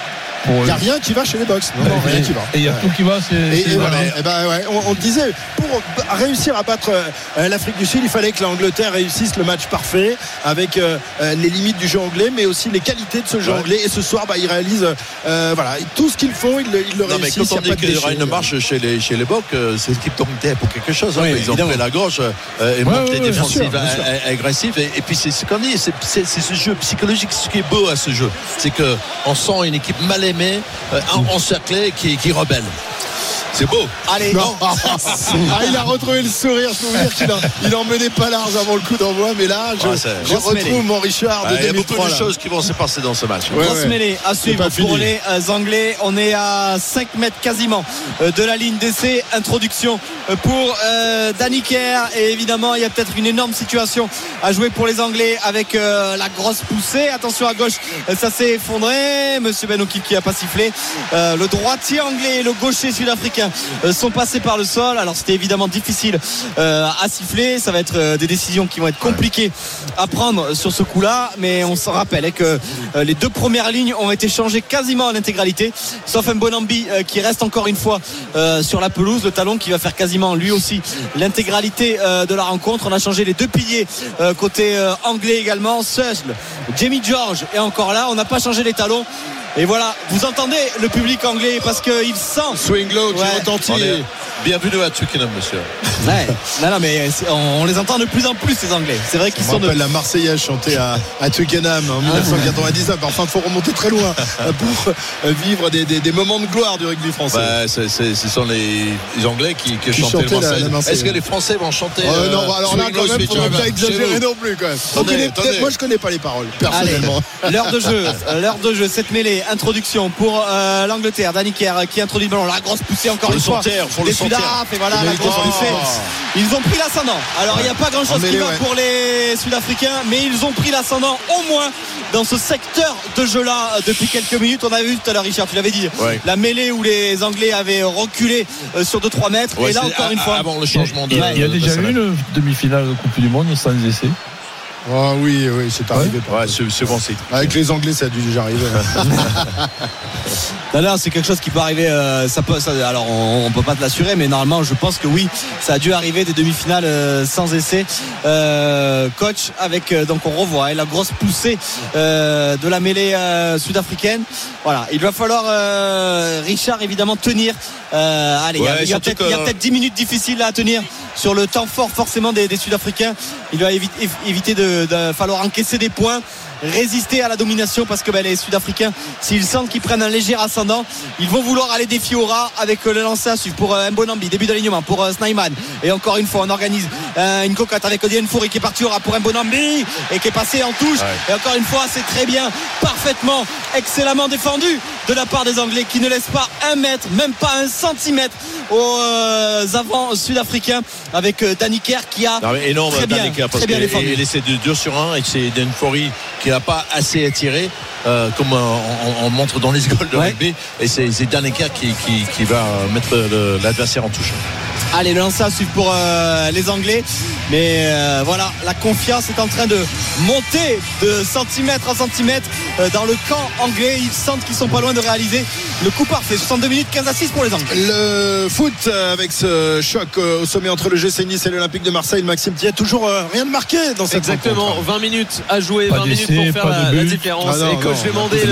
Il n'y a rien qui va chez les Box. Non, non, rien qui va. Et il y a ouais. tout qui va. C'est, et, c'est et voilà. voilà. Et ben, ouais, on, on disait, pour réussir à battre euh, l'Afrique du Sud, il fallait que l'Angleterre réussisse le match parfait avec euh, les limites du jeu anglais, mais aussi les qualités de ce jeu ouais. anglais. Et ce soir, bah, ils réalisent euh, voilà, tout ce qu'il faut, ils, ils le non, réussissent. Mais quand on dit qu'il y aura une marche chez les, chez les Bocs, euh, c'est l'équipe d'Angleterre pour quelque chose. Oui, hein, ils ont fait la gorge euh, et ouais, monté ouais, défensive agressive. Et, et puis c'est ce qu'on dit, c'est, c'est, c'est ce jeu psychologique, ce qui est beau à ce jeu. C'est qu'on sent une équipe mal aimée, euh, encerclée, qui, qui rebelle. C'est beau. Allez, non. ah, il a retrouvé le sourire. Je peux vous dire qu'il en, il en menait pas large avant le coup d'envoi. Mais là, je, ouais, je retrouve mêlée. Mon Richard de ouais, deux mille trois. Il y a beaucoup là. de choses qui vont se passer dans ce match. Ouais, Grosse ouais. mêlée à suivre pour fini. Les Anglais. On est à cinq mètres quasiment de la ligne d'essai. Introduction pour euh, Danny Kerr. Et évidemment, il y a peut-être une énorme situation à jouer pour les Anglais avec euh, la grosse poussée. Attention à gauche, ça s'est effondré. Monsieur Ben O'Keefe qui a pas sifflé. Euh, le droitier anglais et le gaucher sud-africain sont passés par le sol. Alors c'était évidemment difficile euh, à siffler. Ça va être euh, des décisions qui vont être compliquées à prendre sur ce coup-là, mais on s'en rappelle hein, que euh, les deux premières lignes ont été changées quasiment à l'intégralité, sauf Mbonambi euh, qui reste encore une fois euh, sur la pelouse, le talon qui va faire quasiment lui aussi l'intégralité euh, de la rencontre. On a changé les deux piliers euh, côté euh, anglais également. Sussle, Jamie George est encore là. On n'a pas changé les talons. Et voilà, vous entendez le public anglais parce qu'il sent swing low qui ouais. retentit. Bienvenue à Twickenham, monsieur. Ouais. Non, non, mais on, on les entend de plus en plus, ces Anglais. C'est vrai qu'ils on sont de. la Marseillaise chantée à, à Twickenham en dix-neuf cent quatre-vingt-dix-neuf. Enfin, il faut remonter très loin pour vivre des, des, des moments de gloire du rugby français. Bah, c'est, c'est, ce sont les, les Anglais qui, qui, qui chantaient le Marseillaise. La, la Est-ce que les Français vont chanter euh, Non, bah, alors là, quand même, faut pas exagérer non plus. Quand même. Attendez, connaît, attendez. Moi, je connais pas les paroles, personnellement. Allez, l'heure de jeu, l'heure de jeu, cette mêlée, introduction pour euh, l'Angleterre. Danny Kerr qui introduit le ballon. La grosse poussée encore une fois. Pour le sortir. Et voilà, la grosse poussée. Ils ont pris l'ascendant. Alors, il n'y a pas grand chose qui va pour les Sud-Africains, mais ils ont pris l'ascendant au moins dans ce secteur de jeu-là depuis quelques minutes. On avait vu tout à l'heure, Richard, tu l'avais dit, ouais. la mêlée où les Anglais avaient reculé sur deux trois mètres. Ouais, et là, encore une fois. Avant le changement de. Il y a, il y a déjà eu une demi-finale de Coupe du Monde sans essai. Ah oh, oui, oui, c'est arrivé. Ouais, ouais c'est, c'est bon, c'est... Avec les Anglais, ça a dû déjà arriver. non, non, c'est quelque chose qui peut arriver. Euh, ça peut, ça, alors, on, on peut pas te l'assurer, mais normalement, je pense que oui, ça a dû arriver des demi-finales euh, sans essai. Euh, coach, avec euh, donc on revoit hein, la grosse poussée euh, de la mêlée euh, sud-africaine. Voilà, il va falloir euh, Richard évidemment tenir. Euh, allez, ouais, il y a, peut-être, que... y a peut-être dix minutes difficiles là, à tenir sur le temps fort forcément des, des Sud-Africains. Il va éviter, éviter de, de falloir encaisser des points, résister à la domination parce que ben, les Sud-Africains, s'ils sentent qu'ils prennent un léger ascendant, ils vont vouloir aller défier au ras avec le lancer à suivre pour euh, Mbonambi, début d'alignement pour euh, Snyman. Et encore une fois, on organise euh, une cocotte avec Odienne Fouri qui est parti au ras pour Mbonambi et qui est passé en touche. Ouais. Et encore une fois, c'est très bien, parfaitement, excellemment défendu de la part des Anglais qui ne laissent pas un mètre, même pas un centimètre aux euh, avants sud-africains avec euh, Danny Kerr qui a non, énorme, très bien, Kerr, très bien défendu. Il essaie de deux sur un et c'est Odienne Fouri qui n'a pas assez attiré euh, comme euh, on, on montre dans les écoles de ouais. rugby et c'est, c'est Danny Kerr qui, qui, qui va mettre le, l'adversaire en touche. Allez, le lancer à suivre pour euh, les Anglais, mais euh, voilà, la confiance est en train de monter de centimètre en centimètre euh, dans le camp anglais. Ils sentent qu'ils sont pas loin de réaliser le coup parfait. soixante-deux minutes, quinze à six pour les Anglais. Le foot avec ce choc euh, au sommet entre le G C Nice et l'Olympique de Marseille. Maxime Thiet, toujours euh, rien de marqué dans cette exactement rencontre. vingt minutes à jouer, pas vingt minutes pour faire la, la différence. Ah non, et coach lui demandait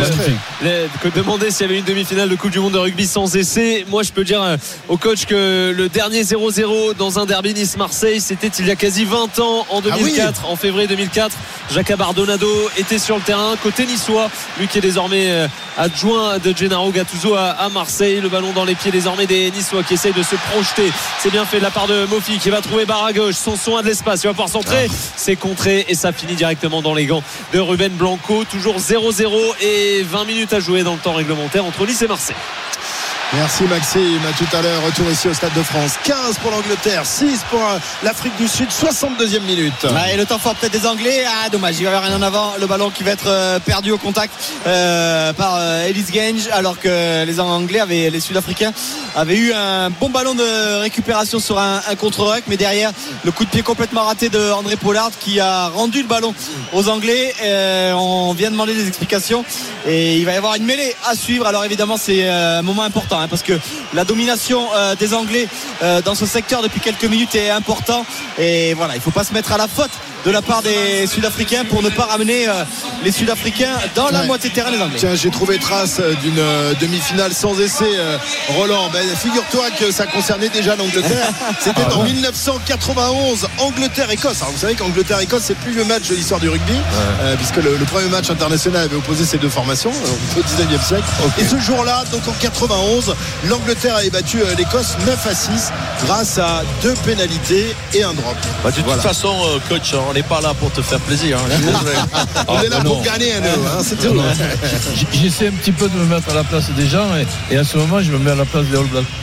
le, demandait s'il y avait une demi-finale de Coupe du Monde de rugby sans essai. Moi je peux dire euh, au coach que le dernier zéro zéro dans un derby Nice-Marseille, c'était il y a quasi vingt ans, en deux mille quatre, ah oui. en février deux mille quatre. Jacques Abardonado était sur le terrain côté niçois, lui qui est désormais euh, adjoint de Gennaro Gattuso à, à Marseille. Le ballon dans les pieds désormais des Niçois qui essayent de se projeter. C'est bien fait de la part de Mofi qui va trouver barre à gauche. Sanson a de l'espace, il va pouvoir centrer. Ah. C'est contré et ça finit directement dans les gants de Ruben Blanco. Toujours zéro zéro et vingt minutes à jouer dans le temps réglementaire entre Nice et Marseille. Merci Maxime, à tout à l'heure. Retour ici au Stade de France. quinze pour l'Angleterre, six pour l'Afrique du Sud, soixante-deuxième minute. Ouais, et le temps fort peut-être des Anglais. Ah dommage, il va y avoir rien en avant. Le ballon qui va être euh, perdu au contact euh, par euh, Ellis Genge, alors que les Anglais avaient, les Sud-Africains avaient eu un bon ballon de récupération sur un, un contre-ruck, mais derrière le coup de pied complètement raté de André Pollard qui a rendu le ballon aux Anglais. Euh, on vient demander des explications et il va y avoir une mêlée à suivre. Alors évidemment c'est un moment important, hein, parce que la domination euh, des Anglais euh, dans ce secteur depuis quelques minutes est important, et voilà, il ne faut pas se mettre à la faute de la part des Sud-Africains pour ne pas ramener euh, les Sud-Africains dans la ouais. moitié de terrain des Anglais. Tiens, j'ai trouvé trace d'une euh, demi-finale sans essai, euh, Roland. Ben, figure-toi que ça concernait déjà l'Angleterre. C'était ah, en ouais. dix-neuf cent quatre-vingt-onze, Angleterre-Écosse. Alors vous savez qu'Angleterre-Écosse, c'est le plus vieux match de l'histoire du rugby, ouais. euh, puisque le, le premier match international avait opposé ces deux formations euh, au dix-neuvième siècle. Okay. Et ce jour-là, donc en quatre-vingt-onze, l'Angleterre avait battu euh, l'Écosse neuf à six grâce à deux pénalités et un drop. Bah, de voilà. toute façon, euh, coach, on n'est pas là pour te faire plaisir. Hein. On est là pour gagner, nous. Hein, c'est tout. J'essaie un petit peu de me mettre à la place des gens, et, et à ce moment, je me mets à la place des All Blacks.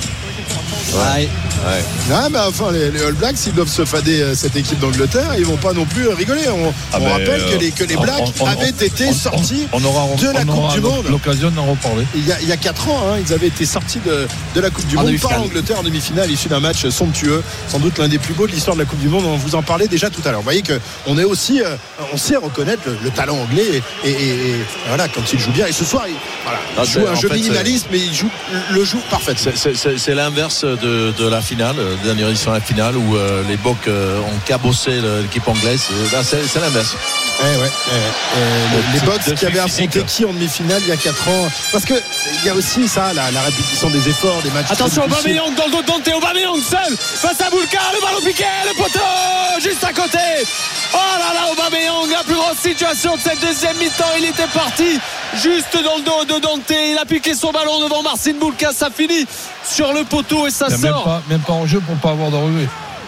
Ouais. Ouais. Ah, mais enfin, les, les All Blacks, s'ils doivent se fader euh, cette équipe d'Angleterre, ils vont pas non plus rigoler. On, ah on rappelle euh, que les, que les Blacks on, on, avaient on, été on, sortis on, on aura, de la Coupe du Monde. L'occasion d'en reparler. Il y a, il y a quatre ans, hein, ils avaient été sortis de, de la Coupe du en Monde par l'Angleterre en demi-finale, issu d'un match somptueux, sans doute l'un des plus beaux de l'histoire de la Coupe du Monde. On vous en parlait déjà tout à l'heure. Vous voyez qu'on est aussi, euh, on sait reconnaître le, le talent anglais, et, et, et, et voilà, quand il joue bien. Et ce soir, il, voilà, il joue un jeu fait, minimaliste, mais il joue le joue parfaitement. C'est, c'est, c'est l'inverse de, de la finale, de la dernière édition de la finale, où euh, les Bocs euh, ont cabossé l'équipe anglaise. Là, c'est, c'est l'inverse. Eh ouais, eh ouais. Euh, le, les Bocs qui avaient affronté qui en demi-finale il y a quatre ans, parce que il y a aussi ça, la, la répétition des efforts, des matchs. Attention, Aubameyang dans le dos de Dante, Aubameyang seul face à Boulka, le ballon piqué, le poteau juste à côté. Oh là là, Aubameyang, la plus grosse situation de cette deuxième mi-temps. Il était parti juste dans le dos de Dante, il a piqué son ballon devant Marcin Boulka, ça finit sur le poteau et ça sort. Même pas, même pas en jeu pour pas avoir de relevé.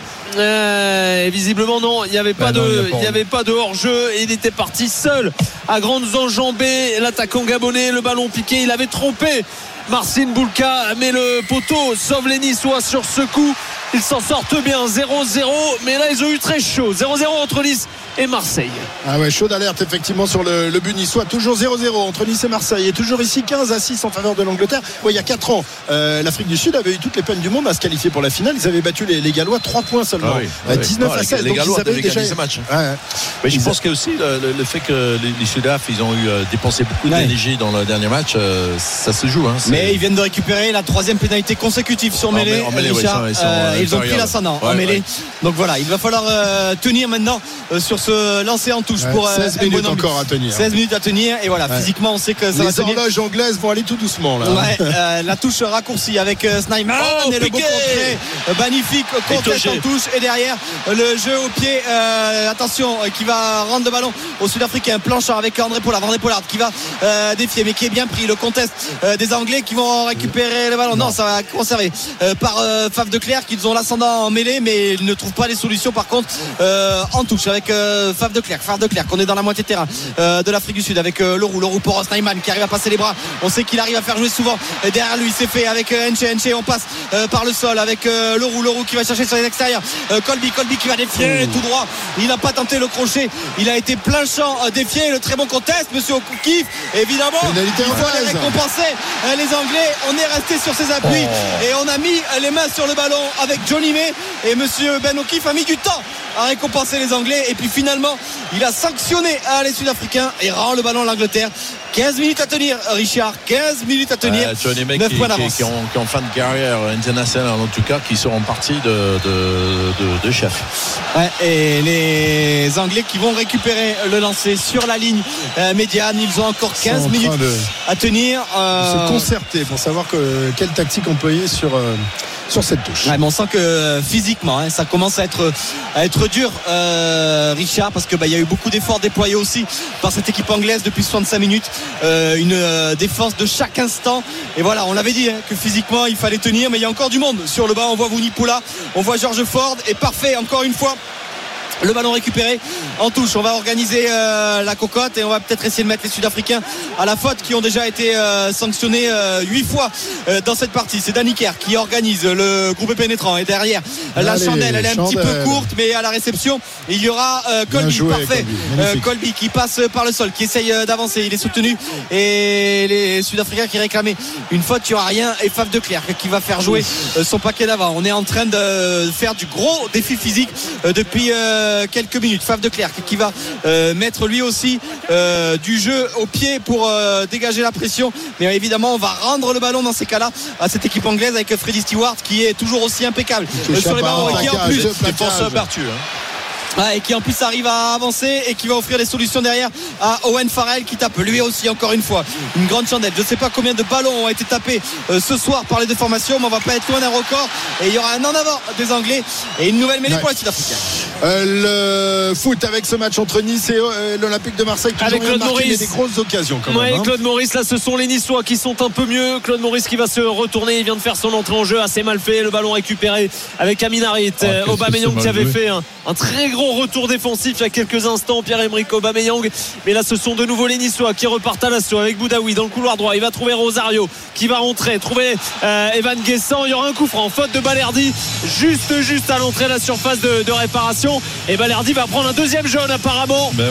Euh, visiblement non, il n'y avait pas ben de, non, il y avait pas de hors-jeu, et il était parti seul à grandes enjambées. L'attaquant gabonais, le ballon piqué, il avait trompé Marcin Boulka, mais le poteau sauve les Niçois sur ce coup. Ils s'en sortent bien, zéro zéro, mais là ils ont eu très chaud. zéro zéro entre Nice et Marseille. Ah ouais, chaud d'alerte effectivement sur le, le but niçois. Toujours zéro zéro entre Nice et Marseille, et toujours ici quinze à six en faveur de l'Angleterre. Ouais, il y a quatre ans, euh, l'Afrique du Sud avait eu toutes les peines du monde à se qualifier pour la finale. Ils avaient battu les, les Gallois trois points seulement, ah oui, ah oui. dix-neuf à seize. Les Gallois avaient déjà gagné ce match. Ouais, ouais. Mais je ils pense a... qu'il y a aussi le, le, le fait que les, les Sud-Af ils ont eu euh, dépensé beaucoup ouais. d'énergie dans le dernier match. Euh, ça se joue. Hein, mais ils viennent de récupérer la troisième pénalité consécutive sur mêlée. Ils ont pris l'ascendant en mêlée. Donc voilà, il va falloir euh, tenir maintenant euh, sur ce lancer en touche ouais, pour euh, seize minutes encore à tenir. seize minutes à tenir, et voilà, ouais. physiquement on sait que ça les va tenir. Les horloges anglaises vont aller tout doucement là. Ouais, euh, la touche raccourcie avec euh, Snyman oh, et le beau contré euh, magnifique, conteste en touche, et derrière euh, le jeu au pied, euh, attention, euh, qui va rendre le ballon au Sud-Africain, Planchard avec André Pollard, André Pollard qui va euh, défier, mais qui est bien pris. Le conteste euh, des Anglais qui vont récupérer le ballon. Non, non ça va conserver euh, par euh, Faf de Clerc, qui ont l'ascendant en mêlée, mais ils ne trouvent pas les solutions par contre euh, en touche avec euh, Faf de Clerc. Faf de Clerc, on est dans la moitié de terrain euh, de l'Afrique du Sud avec euh, Leroux, Leroux pour Snyman qui arrive à passer les bras. On sait qu'il arrive à faire jouer souvent, et derrière lui c'est fait avec euh, Enche, Enche, on passe euh, par le sol avec euh, Leroux, Leroux qui va chercher sur les extérieurs, euh, Colby, Colby qui va défier tout droit. Il n'a pas tenté le crochet, il a été plein champ euh, défié. Le très bon contest, monsieur O'Keefe, évidemment il faut les récompenser euh, les Anglais. On est resté sur ses appuis oh. et on a mis euh, les mains sur le ballon avec Johnny May, et monsieur Ben O'Keefe a mis du temps à récompenser les Anglais, et puis finalement il a sanctionné euh, les Sud-Africains et rend le ballon à l'Angleterre. quinze minutes à tenir, Richard, quinze minutes à tenir. Euh, Johnny May qui, qui, qui, ont, qui ont fin de carrière internationale en tout cas, qui seront partis de, de, de, de chef. Ouais, et les Anglais qui vont récupérer le lancer sur la ligne euh, médiane. Ils ont encore quinze minutes de, à tenir. Euh... Se concerter pour savoir que, quelle tactique employer sur. Euh... sur cette touche. Ouais, mais on sent que physiquement hein, ça commence à être, à être dur, euh, Richard, parce que bah, y a eu beaucoup d'efforts déployés aussi par cette équipe anglaise depuis soixante-cinq minutes, euh, une euh, défense de chaque instant, et voilà, on l'avait dit hein, que physiquement il fallait tenir, mais il y a encore du monde sur le bas. On voit Vunipola, on voit George Ford, et parfait encore une fois Le ballon récupéré en touche. On va organiser euh, la cocotte et on va peut-être essayer de mettre les Sud-Africains à la faute, qui ont déjà été euh, sanctionnés huit euh, fois euh, dans cette partie. C'est Danny Kerr qui organise le groupe pénétrant, et derrière la Allez, chandelle, elle est un chandelle. petit peu courte, mais à la réception il y aura euh, Colby, joué, parfait. Colby. Euh, Colby qui passe par le sol, qui essaye euh, d'avancer. Il est soutenu et les Sud-Africains qui réclamaient une faute. Il n'y aura rien et Faf de Klerk qui va faire jouer euh, son paquet d'avant. On est en train de faire du gros défi physique euh, depuis euh, quelques minutes. Faf de Klerk qui va euh, mettre lui aussi euh, du jeu au pied pour euh, dégager la pression, mais évidemment on va rendre le ballon dans ces cas-là à cette équipe anglaise avec Freddie Stewart qui est toujours aussi impeccable euh, sur les ballons et qui en plus défenseur battu, hein. Ah, et qui en plus arrive à avancer et qui va offrir des solutions derrière à Owen Farrell qui tape lui aussi encore une fois une grande chandelle. Je ne sais pas combien de ballons ont été tapés euh, ce soir par les deux formations, mais on va pas être loin d'un record et il y aura un en avant des Anglais et une nouvelle mêlée ouais. pour les Sud-Africains. Euh, le foot avec ce match entre Nice et euh, l'Olympique de Marseille qui avec ont Claude Maurice, des grosses occasions quand ouais, même, hein. Claude Maurice, là ce sont les Niçois qui sont un peu mieux. Claude Maurice qui va se retourner, il vient de faire son entrée en jeu assez mal fait, le ballon récupéré avec Amin Harit. Oh, euh, Aubameyang qui avait joué. fait un, un très gros retour défensif il y a quelques instants, Pierre-Emerick Aubameyang, mais là ce sont de nouveau les Niçois qui repartent à l'assaut avec Boudaoui dans le couloir droit. Il va trouver Rosario qui va rentrer, trouver euh, Evan Guessant. Il y aura un coup franc, faute de Balerdi juste juste à l'entrée de la surface de, de réparation, et Balerdi va prendre un deuxième jaune apparemment. Ben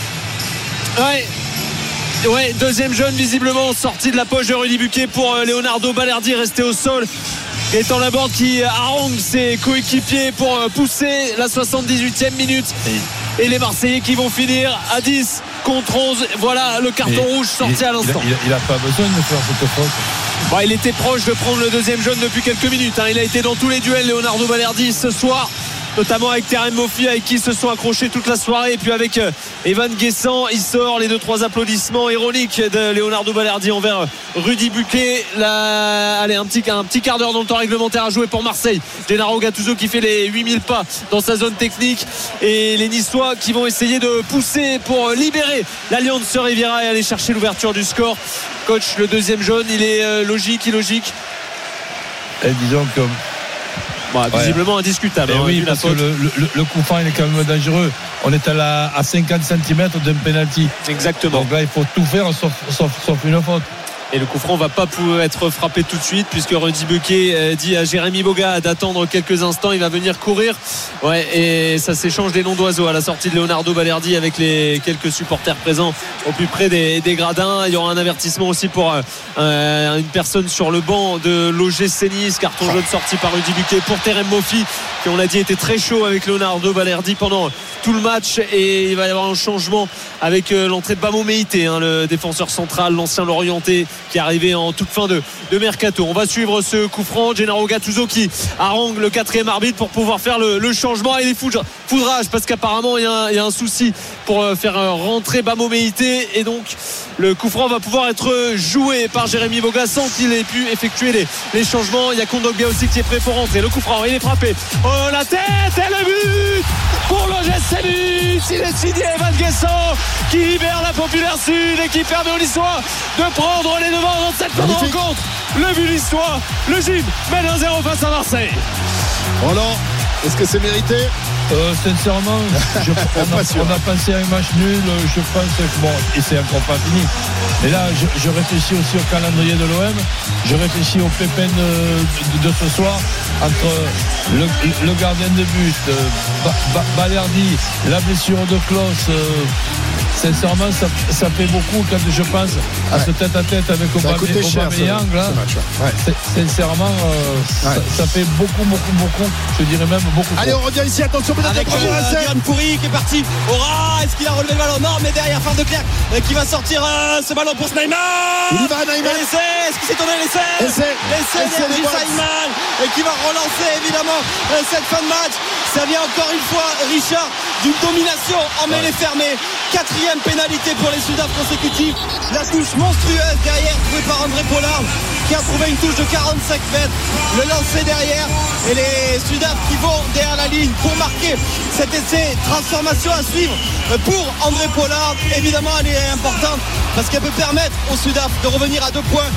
ouais. Ouais. Ouais, deuxième jaune visiblement sorti de la poche de Rudy Buquet pour euh, Leonardo Balerdi, resté au sol. Gaëtan Laborde qui harangue ses coéquipiers pour euh, pousser la soixante-dix-huitième minute. Et les Marseillais qui vont finir à dix contre onze. Voilà le carton Et rouge sorti il, à l'instant. Il n'a pas besoin de faire cette faute. Bon, il était proche de prendre le deuxième jaune depuis quelques minutes, hein. Il a été dans tous les duels, Leonardo Balerdi, ce soir, notamment avec Terem Moffi, avec qui ils se sont accrochés toute la soirée, et puis avec euh, Evan Guessant. Il sort les deux trois applaudissements ironiques de Leonardo Balerdi envers Rudy Buquet. Là, allez, un petit, un petit quart d'heure dans le temps réglementaire à jouer pour Marseille. Gennaro Gattuso qui fait les huit mille pas dans sa zone technique, et les Niçois qui vont essayer de pousser pour libérer l'Alliance Riviera et aller chercher l'ouverture du score. Coach, le deuxième jaune, il est euh, logique, illogique? Et disons que Bah, visiblement ouais. indiscutable. Hein, oui, parce que le, le, le coup franc il est quand même dangereux. On est à, la, à cinquante centimètres d'un penalty. Exactement. Donc là il faut tout faire sauf, sauf, sauf une faute. Et le coup franc va pas pouvoir être frappé tout de suite, puisque Rudy Buquet dit à Jérémy Boga d'attendre quelques instants. Il va venir courir. Ouais, et ça s'échange des noms d'oiseaux à la sortie de Leonardo Balerdi avec les quelques supporters présents au plus près des, des gradins. Il y aura un avertissement aussi pour euh, une personne sur le banc de l'O G C Nice. Carton jaune sorti par Rudy Buquet pour Terem Moffi, qui on l'a dit était très chaud avec Leonardo Balerdi pendant tout le match. Et il va y avoir un changement avec euh, l'entrée de Bamo Meïté, hein, le défenseur central, l'ancien Lorientais, qui est arrivé en toute fin de, de mercato. On va suivre ce coup franc. Gennaro Gattuso qui harangue le quatrième arbitre pour pouvoir faire le, le changement et les foudra, foudrages, parce qu'apparemment il y, a un, il y a un souci pour faire rentrer Bamo Meïté, et donc le coup franc va pouvoir être joué par Jérémy Boga sans qu'il ait pu effectuer les, les changements. Il y a Kondogbia aussi qui est prêt pour rentrer. Le coup franc, il est frappé. Oh, la tête et le but pour l'O G C Nice. Il est signé Evan Guessant qui libère la Populaire Sud et qui permet aux Niçois de prendre les devants dans cette rencontre. Le but niçois, le Gym mène un zéro face à Marseille. Roland, est-ce que c'est mérité? Euh, sincèrement, je, on, a, on a pensé à un match nul. Je pense que bon, et c'est encore pas fini. Et là, je, je réfléchis aussi au calendrier de l'O M. Je réfléchis au pépin de, de, de ce soir entre le, le gardien de but, euh, ba, ba, Balerdi, la blessure de Klose. Euh, sincèrement, ça, ça fait beaucoup quand je pense à ouais. ce tête-à-tête avec Aubameyang. Là, ouais. Sincèrement, euh, ouais. ça, ça fait beaucoup, beaucoup, beaucoup. Je dirais même beaucoup. Allez, on revient ici. Attention, peut-être avec Diane Pourri qui est parti. Ora, est-ce qu'il a relevé le ballon? Non, mais derrière Faf de Klerk euh, qui va sortir euh, ce ballon pour Snyman. Il y va, Snyman. Est-ce qu'il s'est tourné l'essai? L'essai de Snyman et qui va relancer évidemment euh, cette fin de match. Ça vient encore une fois, Richard, d'une domination en mêlée fermée. Quatrième pénalité pour les Sudaf consécutifs. La touche monstrueuse derrière, trouvée par André Pollard, qui a trouvé une touche de quarante-cinq mètres. Le lancer derrière et les Sudaf qui vont derrière la ligne pour marquer cet essai. Transformation à suivre pour André Pollard. Évidemment, elle est importante parce qu'elle peut permettre aux Sudaf de revenir à deux points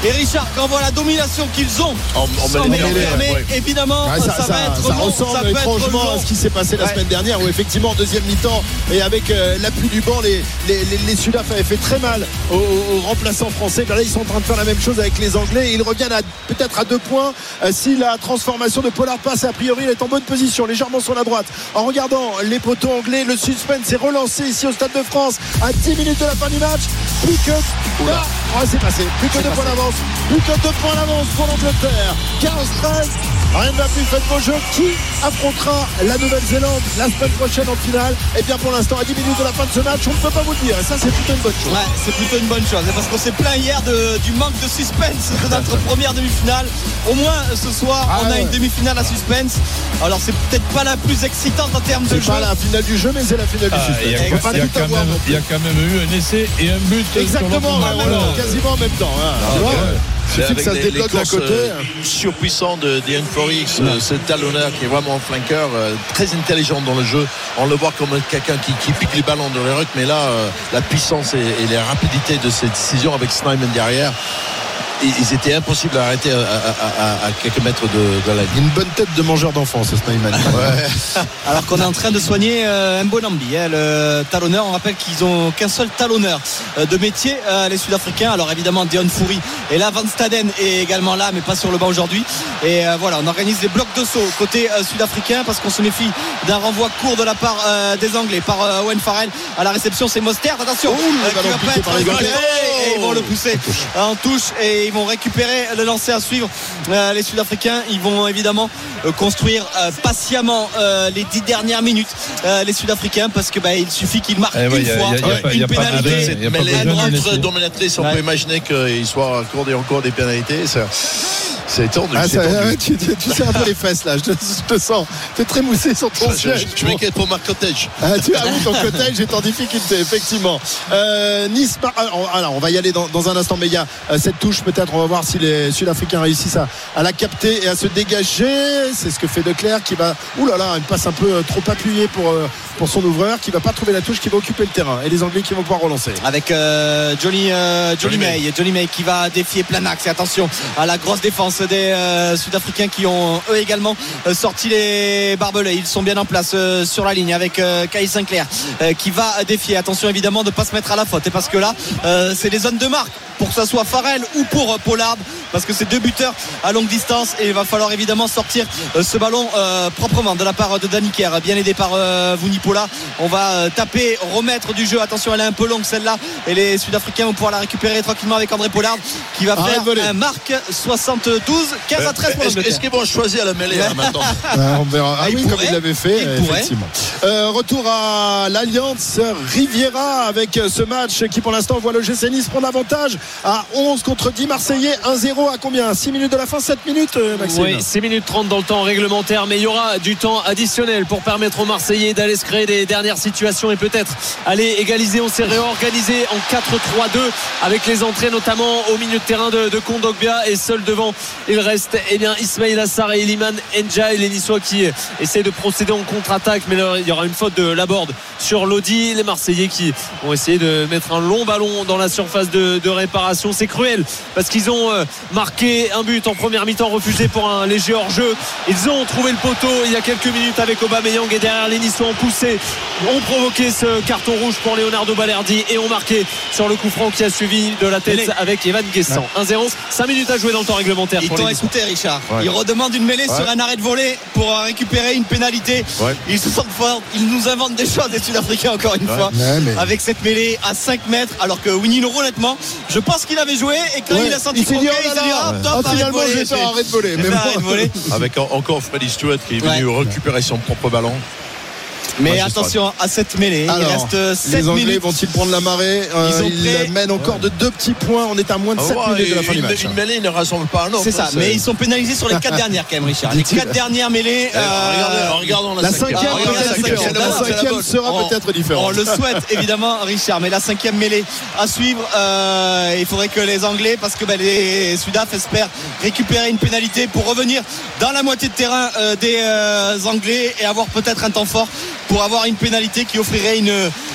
Et Richard, quand on voit la domination qu'ils ont En- en sans mêlée, mêlée fermée, ouais. évidemment, Ouais, ça, ça, va ça- être ça long, ressemble ça peut être étrangement long. à ce qui s'est passé la Ouais. semaine dernière où effectivement en deuxième mi-temps et avec euh, l'appui du banc les, les, les, les Sudaf avaient fait très mal aux, aux remplaçants français. Ben là ils sont en train de faire la même chose avec les Anglais et ils reviennent à, peut-être à deux points euh, si la transformation de Pollard passe. A priori il est en bonne position légèrement sur la droite en regardant les poteaux anglais. Le suspense est relancé ici au Stade de France à dix minutes de la fin du match. Plus que ah, oh, c'est passé plus que deux points d'avance plus que deux points d'avance pour l'Angleterre. quinze treize. Rien de plus, faites vos jeux. Qui affrontera la Nouvelle-Zélande la semaine prochaine en finale? Et bien pour l'instant, à dix minutes de la fin de ce match, on ne peut pas vous le dire. Et ça, c'est plutôt une bonne chose. Ouais, c'est plutôt une bonne chose. Parce qu'on s'est plaint hier de, du manque de suspense de notre première demi-finale. Au moins, ce soir, Ah on a ouais. une demi-finale à suspense. Alors, c'est peut-être pas la plus excitante en termes de C'est jeu. pas la finale du jeu, mais c'est la finale Ah, du il y a, suspense. On peut il y a pas tout quand avoir même, non plus. il y a quand même eu un essai et un but. Exactement, sur ouais, l'autre voilà, match. quasiment en même temps. hein. Ah, Tu vois, ouais. il suffit que Avec ça se les- débloque les d'un courses, côté. euh, surpuissant de Diane Forix, euh, ce talonneur qui est vraiment un flanqueur euh, très intelligent dans le jeu. On le voit comme quelqu'un qui, qui pique les ballons dans les rucks, mais là euh, la puissance et, et la rapidité de ses décisions avec Snyman derrière, ils, ils étaient impossibles à arrêter à, à- à- à quelques mètres de, de la ligne. Une bonne tête de mangeur d'enfant, ce Snyman. Ouais. Alors qu'on est en train de soigner euh, Mbonambi, hein, le talonneur. On rappelle qu'ils ont qu'un seul talonneur euh, de métier, euh, les Sud-Africains. Alors évidemment, Dion Fourie est là, Van Staden est également là, mais pas sur le banc aujourd'hui. Et euh, voilà, on organise des blocs de saut côté euh, sud-africain parce qu'on se méfie d'un renvoi court de la part euh, des Anglais par euh, Owen Farrell. À la réception, c'est Mostert. Attention, Oh, le euh, qui ballon va piqué pas par les être Anglais. volé, et ils vont le pousser en touche et ils vont récupérer le lancer à suivre. Euh, les Sud-Africains, ils vont évidemment euh, construire euh, patiemment euh, les dix dernières minutes euh, les Sud-Africains parce que bah, il suffit qu'ils marquent Eh ouais, une y a- fois y a- y a pas- une y a pas de pénalité. arrêt. Cette Il y a pas mêlée besoin d'un entre essai. dominatrices, on Ouais. peut imaginer qu'il soit accordé encore des pénalités. Ça, c'est tendu. Ah, c'est ça, tendu. ouais, tu, tu, tu sais un peu les fesses là, je te, je te sens. Tu es très moussé sur ton Je, je- siège. je m'inquiète pour Marc Cottage. Ah, tu as vu ton cottage est en difficulté, effectivement. Euh, nice, par- alors, alors, on va y aller dans, dans un instant, mais il y a euh, cette touche, peut-être, on va voir si les Sud-Africains réussissent à, à la capter et à se dégager. C'est ce que fait Declercq qui va. Ouh là là, une passe un peu euh, trop appuyée pour, euh, pour son ouvreur, qui va pas trouver la touche, qui va occuper le terrain. Et les Anglais qui vont pouvoir relancer. Avec euh, Johnny, euh, Johnny, Johnny May. May. Johnny May qui va défier plein axe. Et attention à la grosse défense des euh, Sud-Africains qui ont eux également euh, sorti les barbelés. Ils sont bien en place euh, sur la ligne avec euh, Kyle Sinclair euh, qui va défier. Attention évidemment de ne pas se mettre à la faute. Et parce que là, euh, c'est les zones de marque pour que ça soit Farrell ou pour euh, Pollard. Parce que c'est deux buteurs à longue distance et il va falloir évidemment sortir euh, ce ballon euh, proprement de la part de Danny Kerr, bien aidé par euh, Vunipola. On va euh, taper, remettre du jeu. Attention, elle est un peu longue celle-là et les Sud-Africains vont pouvoir la récupérer tranquillement avec André Pollard qui va Arrête faire de voler. un marque soixante-douze quinze à treize pour Est-ce, l'Angleterre. est-ce qu'ils vont choisir la mêlée là, maintenant? Ah, on verra. Ah, Ah, il oui, pourrait. comme il l'avait fait, Il euh, pourrait. effectivement. Euh, retour à l'Alliance Riviera avec euh, ce match qui, pour l'instant, voit le G C Nice prendre l'avantage à onze contre dix Marseillais. un zéro à combien? six minutes de la fin, sept minutes, euh, Maxime? Oui, six minutes trente dans le temps réglementaire, mais il y aura du temps additionnel pour permettre aux Marseillais d'aller se créer des dernières situations et peut-être aller égaliser. On s'est réorganisé en quatre trois deux avec les entrées notamment au milieu de terrain de, de Kondogbia et seul devant il reste eh bien, Ismail Assar et Iliman Ndiaye, les Niçois qui essaient de procéder en contre-attaque, mais là, il y aura une faute de Laborde sur Lodi. Les Marseillais qui vont essayer de mettre un long ballon dans la surface de, de réparation. C'est cruel parce qu'ils ont euh, marqué un but en première mi-temps refusé pour un léger hors-jeu. Ils ont trouvé le poteau il y a quelques minutes avec Aubameyang et derrière les Niçois ont poussé, ont provoqué ce carton rouge pour Leonardo Balerdi et ont marqué sur le coup franc qui a suivi de la tête Les... avec Evan Guessant. un zéro, cinq minutes à jouer dans le temps réglementaire. Ils pour t'ont les Niçois. écouté, Richard. Ouais. Ils redemandent une mêlée Ouais. sur un arrêt de volée pour récupérer une pénalité. Ouais. Ils se sentent forts. Ils nous inventent des choses, les Sud-Africains, encore une Ouais. fois. Ouais, mais- Avec cette mêlée à cinq mètres. Alors que Winnie Leroux, honnêtement, je pense qu'il avait joué. Et quand Ouais. il a senti Il s'est dit, croquer, oh il là s'est dit, là. ah, Ah, top, arrêt de finalement, volée. je vais faire arrêt de voler. Je Mais vais bon. faire arrêt de voler. Avec en- encore Freddy Stewart qui est venu Ouais. récupérer son propre ballon. Mais Magistral. attention à cette mêlée. Alors, il reste sept les Anglais minutes. vont-ils prendre la marée? Euh, Ils ont pris- Ils mènent encore de deux petits points. On est à moins de sept Ouais, minutes de la fin du une, match. une mêlée ne rassemble pas un autre. C'est ça, C'est- mais ils sont pénalisés sur les quatre dernières quand même, Richard. Les quatre dernières mêlées. Eh, euh, regardez, regardons la, La cinquième Ah, peut regarde la être cinquième. différente. C'est La la bonne, c'est la cinquième bonne. sera On- peut-être On différente. le souhaite évidemment, Richard, mais la cinquième mêlée à suivre, euh, il faudrait que les Anglais, parce que bah, les Sudaf espèrent récupérer une pénalité pour revenir dans la moitié de terrain euh, des euh, Anglais et avoir peut-être un temps fort pour avoir une pénalité qui offrirait une,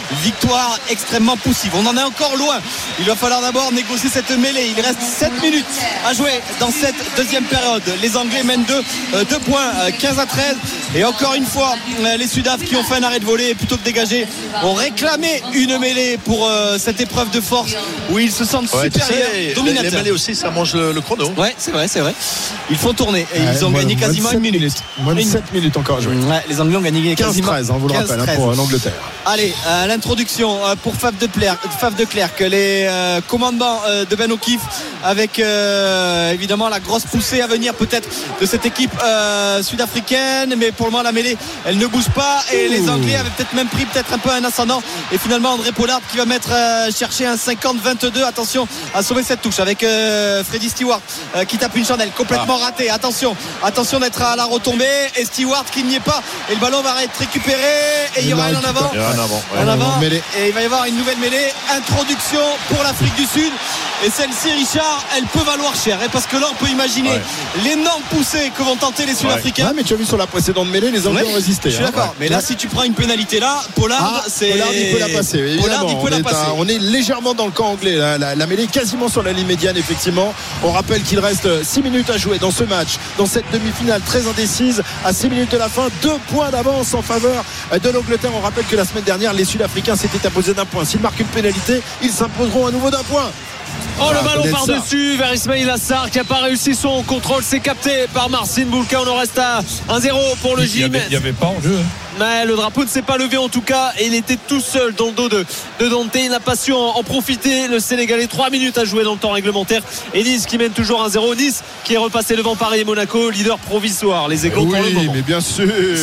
victoire extrêmement poussive. On en est encore loin. Il va falloir d'abord négocier cette mêlée. Il reste sept minutes à jouer dans cette deuxième période. Les Anglais mènent deux points, quinze à treize. Et encore une fois, les Sudaf qui ont fait un arrêt de volée, plutôt que dégager, ont réclamé une mêlée pour euh, cette épreuve de force où ils se sentent ouais, supérieurs, tu sais, dominateurs. Les, les mêlées aussi, ça mange le, le chrono. Ouais, c'est vrai, c'est vrai. Ils font tourner et ouais, ils ont moins, gagné quasiment une minute. minute. Moins de sept minutes encore à jouer. Ouais, les Anglais ont gagné quasiment quinze treize, hein, vous le rappelle, hein, pour l'Angleterre. Allez, euh, l'introduction euh, pour Faf de Clerc, Faf de Clerc, les euh, commandements euh, de Ben O'Keefe avec euh, évidemment la grosse poussée à venir peut-être de cette équipe euh, sud-africaine, mais pour le moment la mêlée elle ne bouge pas et Ouh. Les Anglais avaient peut-être même pris peut-être un peu un ascendant et finalement André Pollard qui va mettre euh, chercher un cinquante vingt-deux. Attention à sauver cette touche avec euh, Freddie Stewart euh, qui tape une chandelle complètement ah. ratée. Attention, attention d'être à la retombée et Stewart qui n'y est pas et le ballon va être récupéré et il y aura un en avant, en avant, ouais. en avant et il va y avoir une nouvelle mêlée. Introduction pour l'Afrique du Sud et celle-ci, Richard, elle peut valoir cher et parce que là on peut imaginer ouais. l'énorme poussée que vont tenter les Sud-Africains. Ouais, mais tu as vu sur la précédente mêlée, les Anglais ouais, ont résisté. Je suis d'accord, hein. mais là si tu prends une pénalité là, Pollard, ah, c'est Pollard il peut la passer. Évidemment, Pollard, il peut on, la est passer. À, on est légèrement dans le camp anglais. La, la, la mêlée quasiment sur la ligne médiane, effectivement. On rappelle qu'il reste six minutes à jouer dans ce match, dans cette demi-finale très indécise. À six minutes de la fin, deux points d'avance en faveur de l'Angleterre. On rappelle que la semaine dernière, les Sud-Africains s'étaient imposés d'un point. S'ils marquent une pénalité, ils s'imposeront à nouveau d'un point. Oh, ah, le ballon par-dessus vers Ismail Assar qui n'a pas réussi son contrôle. C'est capté par Marcin Bulka. On en reste à un zéro pour le Gym. Il n'y avait, avait pas en jeu. Mais le drapeau ne s'est pas levé en tout cas et il était tout seul dans le dos de, de Dante. Il n'a pas su en, en profiter. Le Sénégalais, trois minutes à jouer dans le temps réglementaire et Nice qui mène toujours un zéro. Nice qui est repassé devant Paris et Monaco, leader provisoire. Les Aiglons oui, pour le moment. Mais bien sûr.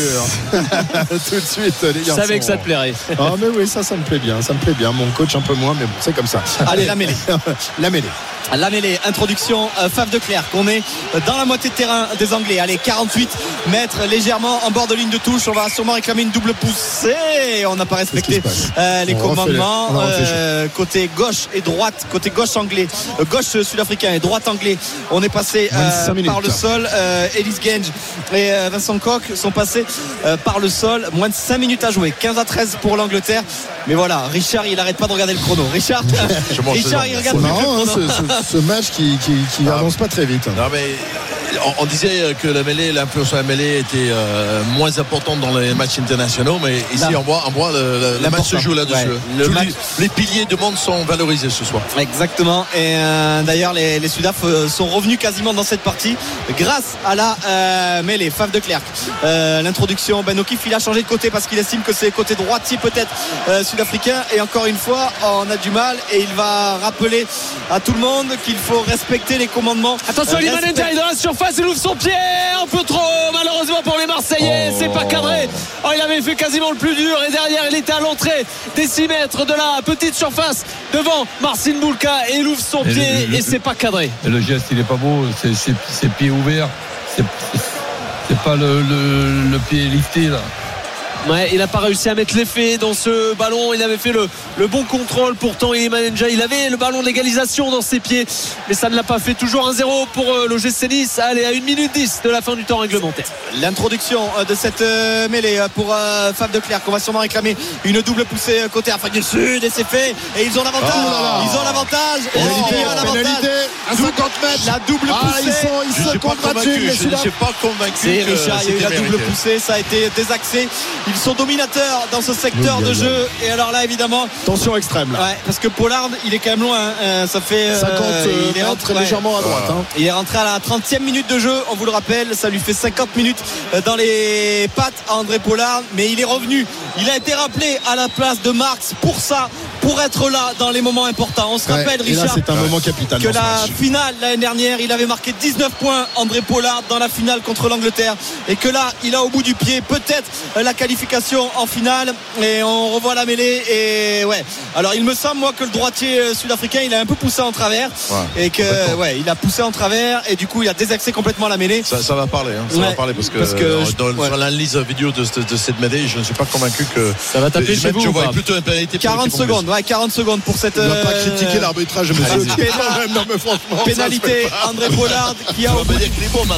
Tout de suite les garçons. Je savais que ça te plairait. Ah mais oui, ça ça me plaît bien, ça me plaît bien. Mon coach un peu moins, mais bon, c'est comme ça. Allez, la mêlée. La mêlée. La mêlée, introduction euh, Faf de Clerc. On est dans la moitié de terrain des Anglais. Allez, quarante-huit mètres légèrement en bord de ligne de touche. On va sûrement réclamer une double poussée. On n'a pas respecté euh, les on commandements euh, côté gauche et droite, côté gauche anglais, euh, gauche sud-africain et droite anglais. On est passé euh, par le sol. Euh, Ellis Genge et euh, Vincent Koch sont passés euh, par le sol. Moins de cinq minutes à jouer. quinze à treize pour l'Angleterre. Mais voilà, Richard, il n'arrête pas de regarder le chrono. Richard, Richard il regarde c'est marrant, hein, ce, ce match qui, qui, qui ah, avance pas très vite. Non mais on, on disait que la mêlée, l'influence de la mêlée était euh, moins importante dans les matchs internationaux, mais ici non. on voit, on voit le, le, le match se joue là-dessus. Ouais, le match... les, les piliers de monde sont valorisés ce soir. Exactement. Et euh, d'ailleurs les, les Sudaf euh, sont revenus quasiment dans cette partie grâce à la euh, mêlée. Faf de Clerc. Euh, l'introduction, Ben O'Keefe, il a changé de côté parce qu'il estime que c'est côté droitier peut-être euh, sud-africain. Et encore une fois, on a du mal et il va rappeler à tout le monde qu'il faut respecter les commandements. Attention, Iliman Ndiaye est dans la surface, il ouvre son pied un peu trop malheureusement pour les Marseillais. Oh. C'est pas cadré. Oh, il avait fait quasiment le plus dur et derrière il était à l'entrée des six mètres de la petite surface devant Marcin Bulka et il ouvre son et pied le, le, et c'est pas cadré. Et le geste il est pas beau, c'est, c'est, c'est pieds ouverts, c'est, c'est pas le, le, le pied lifté là. Ouais, il n'a pas réussi à mettre l'effet dans ce ballon. Il avait fait le, le bon contrôle. Pourtant, Iliman Ndiaye, il avait le ballon d'égalisation dans ses pieds, mais ça ne l'a pas fait. Toujours un zéro pour l'O G C Nice. Allez, à une minute dix de la fin du temps réglementaire. L'introduction de cette mêlée pour Faf de Clerc. On va sûrement réclamer une double poussée côté Afrique du Sud et c'est fait. Et ils ont l'avantage. Oh, ils ont l'avantage. Oh, oh, pénalité à cinquante mètres. La double poussée. Ah, ils sont, ils je se congratulent. Je ne suis pas convaincu. C'est Richard. Il y a eu la double poussée. Ça a été désaxé. Ils sont dominateurs dans ce secteur de jeu et alors là évidemment tension extrême là. Ouais, parce que Pollard il est quand même loin euh, ça fait euh, cinquante euh, il est rentré ouais. légèrement à droite hein. Il est rentré à la trentième minute de jeu, on vous le rappelle, ça lui fait cinquante minutes dans les pattes à André Pollard, mais il est revenu, il a été rappelé à la place de Marx pour ça, pour être là dans les moments importants. On se ouais, rappelle Richard, là, c'est un moment capital que la finale l'année dernière il avait marqué dix-neuf points André Pollard dans la finale contre l'Angleterre et que là il a au bout du pied peut-être la qualification en finale et on revoit la mêlée et ouais, alors il me semble moi que le droitier sud-africain il a un peu poussé en travers ouais, et que ouais il a poussé en travers et du coup il a désaxé complètement la mêlée. Ça, ça va parler hein, ça ouais, va parler parce que, parce que euh, dans, ouais. sur l'analyse vidéo de, de, de cette mêlée je ne suis pas convaincu que ça va taper chez vous. Je vois plutôt une pénalité quarante secondes ouais quarante secondes pour cette on va pas critiquer l'arbitrage monsieur. Non mais franchement pénalité pénalité. André Pollard qui a au bout du...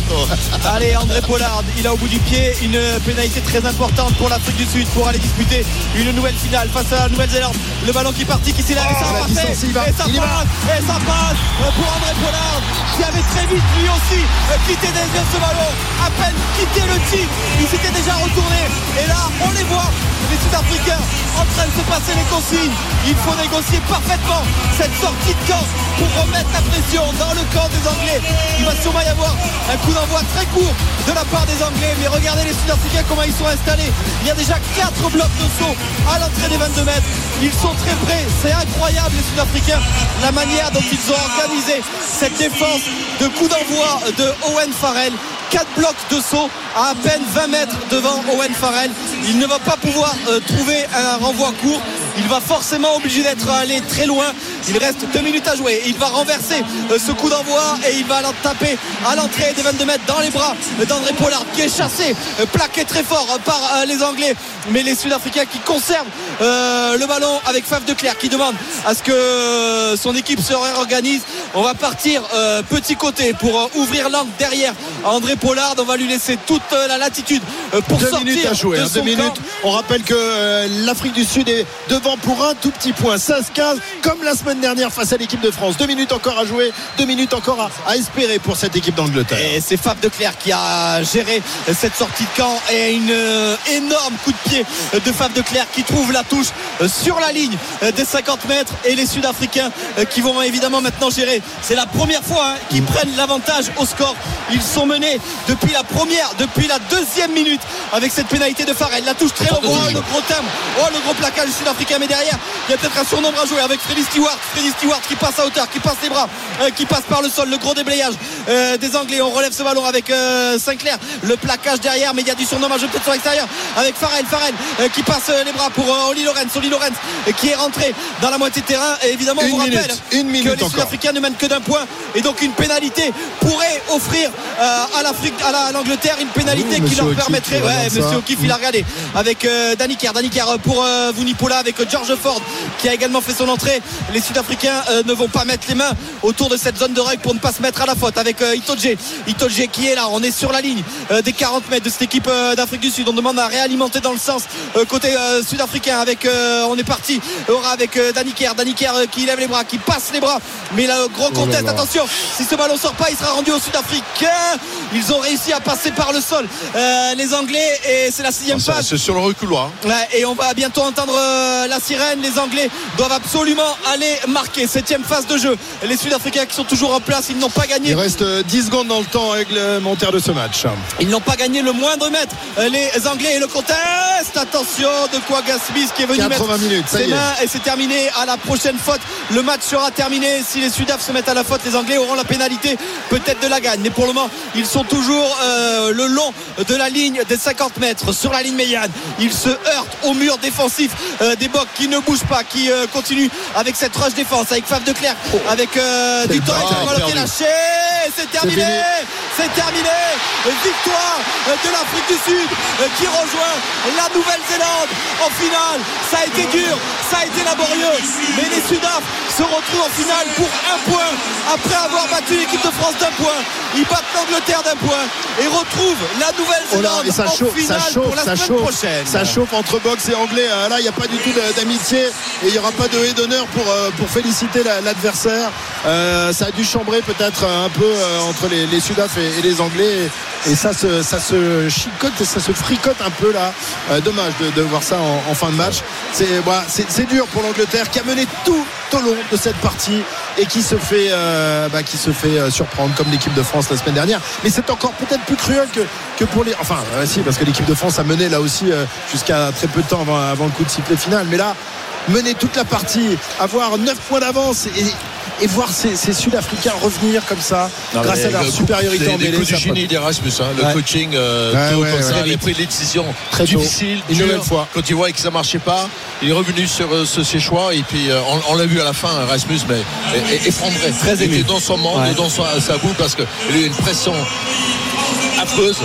Allez, André Pollard, il a au bout du pied une pénalité très importante pour l'Afrique du Sud pour aller disputer une nouvelle finale face à la Nouvelle-Zélande. Le ballon qui est parti, qui s'est là, oh, ça va passer, distance, il va, et ça il passe, et ça passe pour André Pollard qui avait très vite lui aussi quitté des yeux ce ballon, à peine quitté le tir, il s'était déjà retourné, et là on les voit, les Sud-Africains en train de se passer les consignes. Il faut négocier parfaitement cette sortie de camp pour remettre la pression dans le camp des Anglais. Il va sûrement y avoir un coup d'envoi très court de la part des Anglais, mais regardez les Sud-Africains comment ils sont installés. Il y a déjà quatre blocs de saut à l'entrée des vingt-deux mètres. Ils sont très près, c'est incroyable les Sud-Africains, la manière dont ils ont organisé cette défense de coup d'envoi de Owen Farrell. Quatre blocs de saut à à peine vingt mètres devant Owen Farrell. Il ne va pas pouvoir euh, trouver un renvoi court. Il va forcément obligé d'être allé très loin. Il reste deux minutes à jouer. Il va renverser euh, ce coup d'envoi et il va l'en taper à l'entrée des vingt-deux mètres dans les bras d'André Pollard qui est chassé, euh, plaqué très fort euh, par euh, les Anglais. Mais les Sud-Africains qui conservent euh, le ballon avec Faf de Clerc qui demande à ce que euh, son équipe se réorganise. On va partir euh, petit côté pour euh, ouvrir l'angle derrière à André Pollard. On va lui laisser toute euh, la latitude euh, pour deux sortir minutes à jouer, de hein, son deux minutes. camp. On rappelle que euh, l'Afrique du Sud est devant pour un tout petit point, seize quinze, comme la semaine dernière face à l'équipe de France. Deux minutes encore à jouer, deux minutes encore à, à espérer pour cette équipe d'Angleterre. Et c'est Faf de Clerc qui a géré cette sortie de camp et une euh, énorme coup de pied de Faf de Clerc qui trouve la touche euh, sur la ligne euh, des cinquante mètres et les Sud-Africains euh, qui vont évidemment maintenant gérer. C'est la première fois hein, qu'ils prennent l'avantage au score. Ils sont menés depuis la première, depuis la deuxième minute avec cette pénalité de Farrell. La touche très haut, oh, le gros terme, oh le gros plaquage sud-africain, mais derrière il y a peut-être un surnombre à jouer avec Freddy Stewart. Freddy Stewart qui passe à hauteur, qui passe les bras, euh, qui passe par le sol, le gros déblayage euh, des Anglais. On relève ce ballon avec euh, Sinclair, le plaquage derrière, mais il y a du surnombre à jouer peut-être sur l'extérieur avec Farrell, Farrell euh, qui passe euh, les bras pour euh, Oli Lorenz, Oli Lorenz euh, qui est rentré dans la moitié de terrain. Et évidemment on une vous minute, rappelle une minute que les encore. Sud-Africains ne mènent que d'un point et donc une pénalité pourrait offrir euh, à l'Afrique, à, la, à l'Angleterre une pénalité Ouh, qui leur O'Keefe permettrait, qui ouais, regarde monsieur ça. O'Keefe il a regardé avec euh, Danny Kerr, Danny Kerr pour euh, Vunipola avec George Ford qui a également fait son entrée. Les Sud-Africains euh, ne vont pas mettre les mains autour de cette zone de règle pour ne pas se mettre à la faute avec euh, Itoje Itoje qui est là, on est sur la ligne euh, des quarante mètres de cette équipe euh, d'Afrique du Sud. On demande à réalimenter dans le sens euh, côté euh, sud-africain avec euh, on est parti aura avec euh, Danny Kerr, Danny Kerr euh, qui lève les bras, qui passe les bras, mais le gros contest, oh attention, si ce ballon sort pas il sera rendu aux Sud-Africains. Ils ont réussi à passer par le sol euh, les Anglais et c'est la sixième c'est, phase, c'est sur le reculoir ouais, et on va bientôt entendre euh, la sirène. Les Anglais doivent absolument aller marquer. Septième phase de jeu, les Sud-Africains qui sont toujours en place, ils n'ont pas gagné, Il reste dix secondes dans le temps réglementaire de ce match. ils n'ont pas gagné le moindre mètre euh, les Anglais. Et le contest, attention de Quagga Smith qui est venu mettre quatre-vingts minutes, ça ses y est. mains et c'est terminé. À la prochaine faute le match sera terminé. Si les Sudaf se mettent à la faute, les Anglais auront la pénalité peut-être de la gagne, mais pour le moment ils sont toujours euh, le long de la ligne des cinquante mètres sur la ligne médiane. Ils se heurtent au mur défensif euh, des Bocs qui ne bougent pas, qui euh, continuent avec cette rush défense avec Faf de Clerc, avec euh, du temps ah, qui a été lâché. C'est terminé, c'est terminé. Victoire de l'Afrique du Sud qui rejoint la Nouvelle-Zélande en finale. Ça a été dur, ça a été laborieux, mais les Sudaf se retrouvent en finale pour un point après avoir battu l'équipe de France d'un point. Ils battent l'Angleterre d'un point et retrouvent la Nouvelle-Zélande Oh là, et ça en chauffe, finale ça chauffe, pour la ça semaine chauffe, prochaine. ça chauffe entre Box et Anglais. Euh, Là, il n'y a pas du tout d'amitié et il n'y aura pas de haie d'honneur pour, euh, pour féliciter la, l'adversaire. Euh, ça a dû chambrer peut-être un peu euh, entre les, les Sudaf et, et les Anglais. Et, et ça, se, ça se chicote et ça se fricote un peu là. Euh, dommage de, de voir ça en, en fin de match. C'est, bah, c'est, c'est dur pour l'Angleterre qui a mené tout au long de cette partie et qui se fait, euh, bah, qui se fait euh, surprendre comme l'équipe de France la semaine dernière. Mais c'est encore peut-être plus cruel que, que pour les. Enfin, euh, si, parce que l'équipe de France a mené là aussi euh, jusqu'à très peu de temps avant, avant le coup de sifflet final. Mais là, mener toute la partie, avoir neuf points d'avance et. Et voir ces, ces Sud-Africains revenir comme ça, non, grâce à leur le, supériorité les, en mêlée. Les coups du génie d'Erasmus, hein, le ouais. coaching, euh, ouais, tout ouais, comme ouais, ça, ouais. il a pris des décisions très difficiles, une nouvelle fois. Quand il voit que ça marchait pas, il est revenu sur euh, ce, ses choix et puis euh, on, on l'a vu à la fin, Erasmus, mais effondré, très ému dans son monde, ouais. dans sa, sa boue parce qu'il a eu une pression affreuse.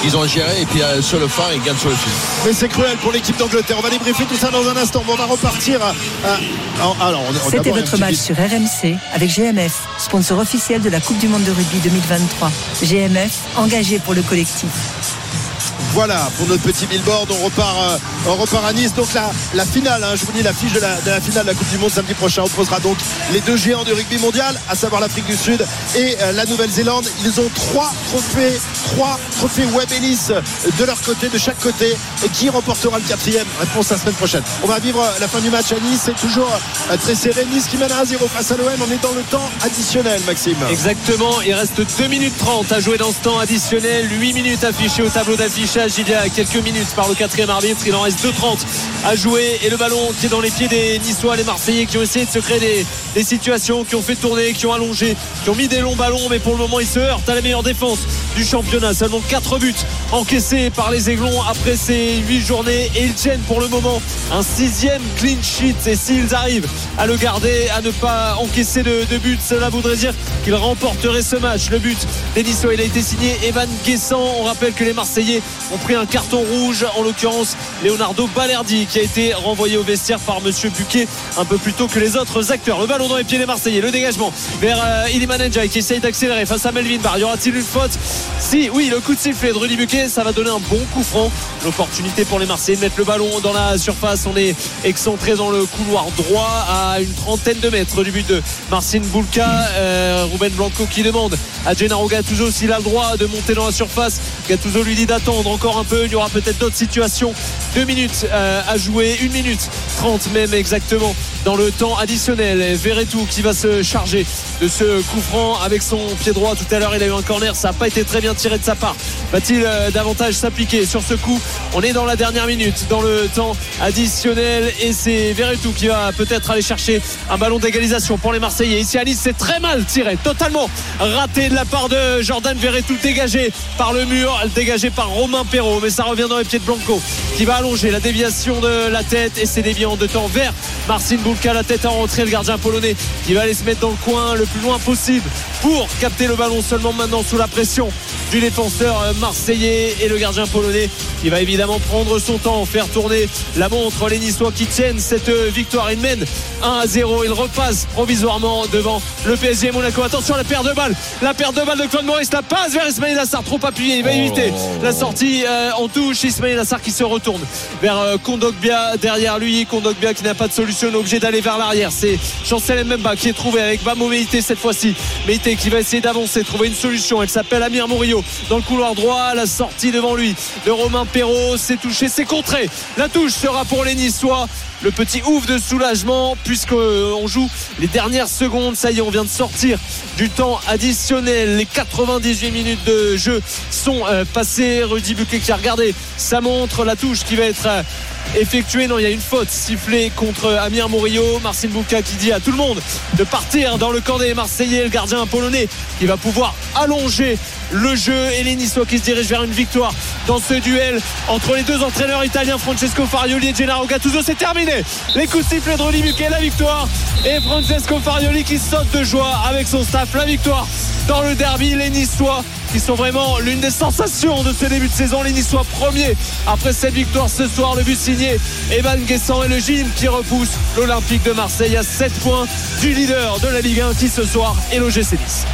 ils ont géré et puis euh, sur le fin ils gagnent sur le fil. Mais c'est cruel pour l'équipe d'Angleterre. On va débriefer tout ça dans un instant. On va repartir à, à, alors, on, c'était votre match sur R M C avec G M F, sponsor officiel de la Coupe du Monde de rugby deux mille vingt-trois. G M F, engagé pour le collectif. Voilà pour notre petit billboard, on repart, euh, on repart à Nice. Donc la, la finale, hein, je vous dis l'affiche de la, de la finale de la Coupe du Monde samedi prochain opposera donc les deux géants du rugby mondial, à savoir l'Afrique du Sud et euh, la Nouvelle-Zélande. Ils ont trois trophées, trois trophées Webb Ellis de leur côté, de chaque côté. Et qui remportera le quatrième? Réponse la semaine prochaine. On va vivre la fin du match à Nice, c'est toujours euh, très serré. Nice qui mène à un zéro face à l'O M. On est dans le temps additionnel, Maxime. Exactement, il reste deux minutes trente à jouer dans ce temps additionnel, huit minutes affichées au tableau d'affichage il y a quelques minutes par le quatrième arbitre. Il en reste deux trente à jouer et le ballon qui est dans les pieds des Niçois, les Marseillais qui ont essayé de se créer des, des situations, qui ont fait tourner, qui ont allongé, qui ont mis des longs ballons, mais pour le moment ils se heurtent à la meilleure défense du championnat. Seulement quatre buts encaissés par les Aiglons après ces huit journées et ils tiennent pour le moment un sixième clean sheet. Et s'ils arrivent à le garder, à ne pas encaisser de, de buts, cela voudrait dire qu'ils remporteraient ce match. Le but des Niçois, il a été signé Evan Guessant. On rappelle que les Marseillais ont pris un carton rouge, en l'occurrence Leonardo Balerdi, qui a été renvoyé au vestiaire par monsieur Buquet un peu plus tôt que les autres acteurs. Le ballon dans les pieds des Marseillais, le dégagement vers euh, Iliman Ndiaye qui essaye d'accélérer face à Melvin Barr. Y aura-t-il une faute? Si oui, le coup de sifflet de Rudy Buquet, ça va donner un bon coup franc. L'opportunité pour les Marseillais de mettre le ballon dans la surface. On est excentré dans le couloir droit à une trentaine de mètres du but de Marcin Bulka. euh, Ruben Blanco qui demande à Gennaro Gattuso s'il a le droit de monter dans la surface. Gattuso lui dit d'attendre encore un peu. Il y aura peut-être d'autres situations. Deux minutes euh, à jouer, une minute trente même exactement dans le temps additionnel. Verretou qui va se charger de ce coup franc avec son pied droit. Tout à l'heure il a eu un corner, ça n'a pas été très bien tiré de sa part. Va-t-il euh, davantage s'appliquer sur ce coup? On est dans la dernière minute dans le temps additionnel et c'est Verretou qui va peut-être aller chercher un ballon d'égalisation pour les Marseillais. Ici à Nice, c'est très mal tiré, totalement raté de la part de Jordan Verretou, dégagé par le mur, dégagé par Romain Perrault, mais ça revient dans les pieds de Blanco qui va allonger la déviation de la tête et c'est déviant de temps vers Marcin Bulka, la tête en rentrée, le gardien polonais qui va aller se mettre dans le coin le plus loin possible pour capter le ballon, seulement maintenant sous la pression du défenseur marseillais et le gardien polonais qui va évidemment prendre son temps, faire tourner la montre. Les Niçois qui tiennent cette victoire, ils mènent un à zéro, ils repassent provisoirement devant le P S G Monaco. Attention à la perte de balle, la perte de balle de Claude Maurice, la passe vers Ismail Assar, trop appuyé, il va éviter la sortie euh, en touche. Ismail Assar qui se retourne vers euh, Kondogbia derrière lui, Kondogbia qui n'a pas de solution, est obligé d'aller vers l'arrière. C'est Chancel Mbemba qui est trouvé avec Bamo Meïté cette fois-ci, Meïté qui va essayer d'avancer, trouver une solution. Elle s'appelle Amir Murillo dans le couloir droit, la sortie devant lui de Romain Perrault, c'est touché, c'est contré. La touche sera pour les Niçois. Le petit ouf de soulagement puisqu'on joue les dernières secondes. Ça y est, on vient de sortir du temps additionnel. Les quatre-vingt-dix-huit minutes de jeu sont euh, passées. Rudy Buquet qui a regardé sa montre, la touche qui va être euh, effectuée. Non, il y a une faute sifflée contre Amir Murillo. Marcin Bulka qui dit à tout le monde de partir dans le camp des Marseillais. Le gardien polonais qui va pouvoir allonger le jeu et les Niçois qui se dirigent vers une victoire dans ce duel entre les deux entraîneurs italiens, Francesco Farioli et Gennaro Gattuso. C'est terminé, les coups de sifflet de Rudy Buquet, la victoire, et Francesco Farioli qui saute de joie avec son staff. La victoire dans le derby, les Niçois qui sont vraiment l'une des sensations de ce début de saison. Les Niçois premiers après cette victoire ce soir. Le but signé Evan Guessant et le Gym qui repousse l'Olympique de Marseille à sept points du leader de la Ligue un qui ce soir est l'O G C Nice.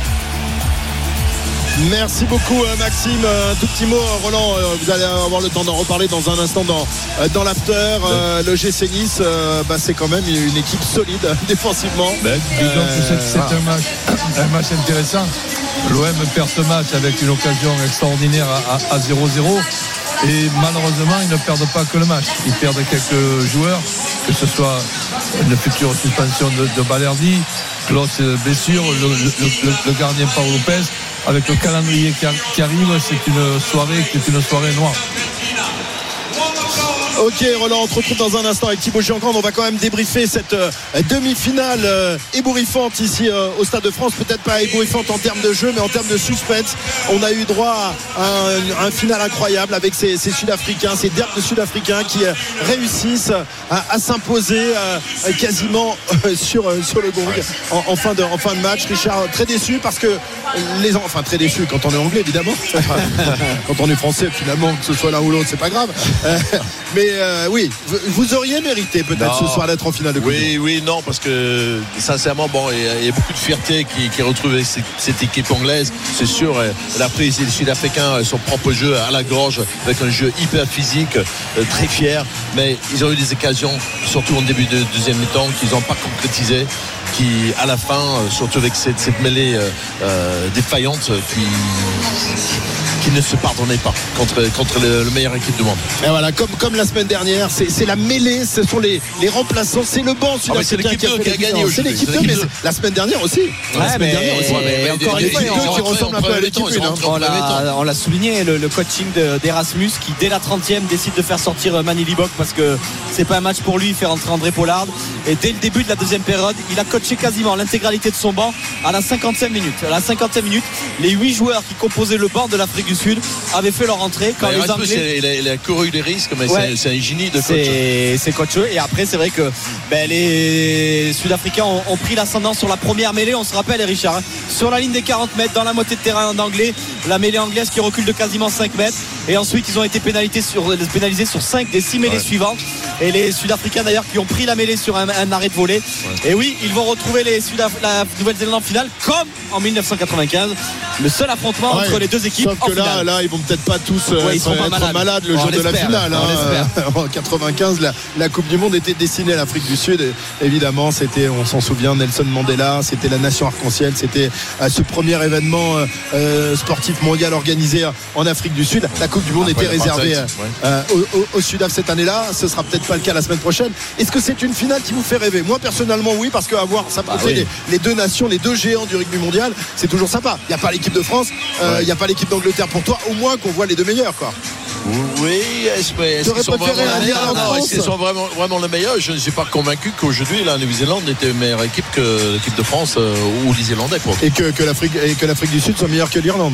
Merci beaucoup Maxime. Un tout petit mot Roland, vous allez avoir le temps d'en reparler dans un instant dans, dans l'after. Le G C Nice, bah, c'est quand même une équipe solide défensivement. Ben, disons que c'est, c'est ah. un, match, un match intéressant. L'O M perd ce match avec une occasion extraordinaire à, à, à zéro zéro. Et malheureusement, ils ne perdent pas que le match. Ils perdent quelques joueurs, que ce soit une future suspension de, de Balerdi, Klaus blessure, le, le, le, le gardien Paul Lopez. Avec le calendrier qui, a, qui arrive, c'est une soirée qui est une soirée noire. Ok Roland, on se retrouve dans un instant avec Thibaut Giangrande. On va quand même débriefer cette euh, demi-finale euh, ébouriffante ici euh, au Stade de France. Peut-être pas ébouriffante en termes de jeu, mais en termes de suspense. On a eu droit à un, un final incroyable avec ces, ces Sud-Africains, ces derbys Sud-Africains qui euh, réussissent à, à s'imposer euh, quasiment euh, sur, euh, sur le gong en, en, fin de, en fin de match. Richard, très déçu parce que les enfin très déçu quand on est anglais évidemment. Quand on est français finalement, que ce soit l'un ou l'autre, c'est pas grave. Euh, mais euh, oui, vous auriez mérité peut-être non. ce soir d'être en finale de Coupe. Oui, oui, non, parce que sincèrement, bon, il y, y a beaucoup de fierté qui, qui est retrouvée cette, cette équipe anglaise, c'est sûr. Elle a pris les Sud-Africains son propre jeu à la gorge avec un jeu hyper physique, euh, très fier, mais ils ont eu des occasions, surtout en début de deuxième mi-temps, qu'ils n'ont pas concrétisé, qui à la fin, euh, surtout avec cette, cette mêlée euh, euh, défaillante, qui qui ne se pardonnait pas contre, contre le, le meilleur équipe du monde. Et voilà, comme, comme la semaine dernière, c'est, c'est la mêlée, ce sont les, les remplacents, c'est le banc ah c'est l'équipe qui a, qui a gagné c'est l'équipe deux, mais la semaine dernière aussi. Ouais, la semaine mais, dernière aussi. Ouais, mais, mais encore une fois, qui ressemble un peu à l'équipe une. On l'a, on l'a souligné, le, le coaching de, d'Erasmus qui dès la trentième décide de faire sortir Mani Libok parce que c'est pas un match pour lui, il fait rentrer André Pollard. Et dès le début de la deuxième période, il a coaché quasiment l'intégralité de son banc à la cinquantième minute. À la cinquantième minute, les huit joueurs qui composaient le banc de l'Afrique du Sud avaient fait leur entrée quand les Anglais. Il a, il a couru des risques, mais ouais, c'est, c'est un génie de coach. C'est, c'est coacheux. Et après, c'est vrai que ben, les Sud-Africains ont, ont pris l'ascendant sur la première mêlée. On se rappelle, Richard, hein, sur la ligne des quarante mètres, dans la moitié de terrain d'anglais, la mêlée anglaise qui recule de quasiment cinq mètres. Et ensuite, ils ont été pénalisés sur, pénalisés sur cinq des six mêlées ouais. suivantes. Et les Sud-Africains d'ailleurs qui ont pris la mêlée sur un, un arrêt de volée. Ouais. Et oui, ils vont retrouver les Sud-Af- la Nouvelle-Zélande en finale, comme en dix-neuf cent quatre-vingt-quinze. Le seul affrontement ouais. entre les deux équipes. Sauf en que là, finale. là, ils vont peut-être pas tous euh, ouais, être, être malades. malades le on jour de la finale. Hein. En quatre-vingt-quinze, la, la Coupe du Monde était destinée à l'Afrique du Sud. Et évidemment, c'était, on s'en souvient, Nelson Mandela, c'était la nation arc-en-ciel, c'était euh, ce premier événement euh, sportif mondial organisé en Afrique du Sud. La Coupe du Monde Après, était réservée ouais. euh, au, au, au Sud-Af cette année-là. Ce sera peut-être pas le cas la semaine prochaine. Est-ce que c'est une finale qui vous fait rêver? Moi, personnellement, oui, parce qu'avoir ça bah, oui. les, les deux nations, les deux géants du rugby mondial, c'est toujours sympa. Il n'y a pas l'équipe de France, il euh, n'y ouais. a pas l'équipe d'Angleterre pour toi. Au moins qu'on voit les deux meilleurs, quoi. Oui, est-ce, est-ce qu'ils sont vraiment, non, est-ce qu'ils sont vraiment, vraiment les meilleurs? Je ne suis pas convaincu qu'aujourd'hui la Nouvelle-Zélande était une meilleure équipe que l'équipe de France euh, ou les Irlandais. Quoi. Et, que, que l'Afrique, et que l'Afrique du Sud soit meilleure que l'Irlande.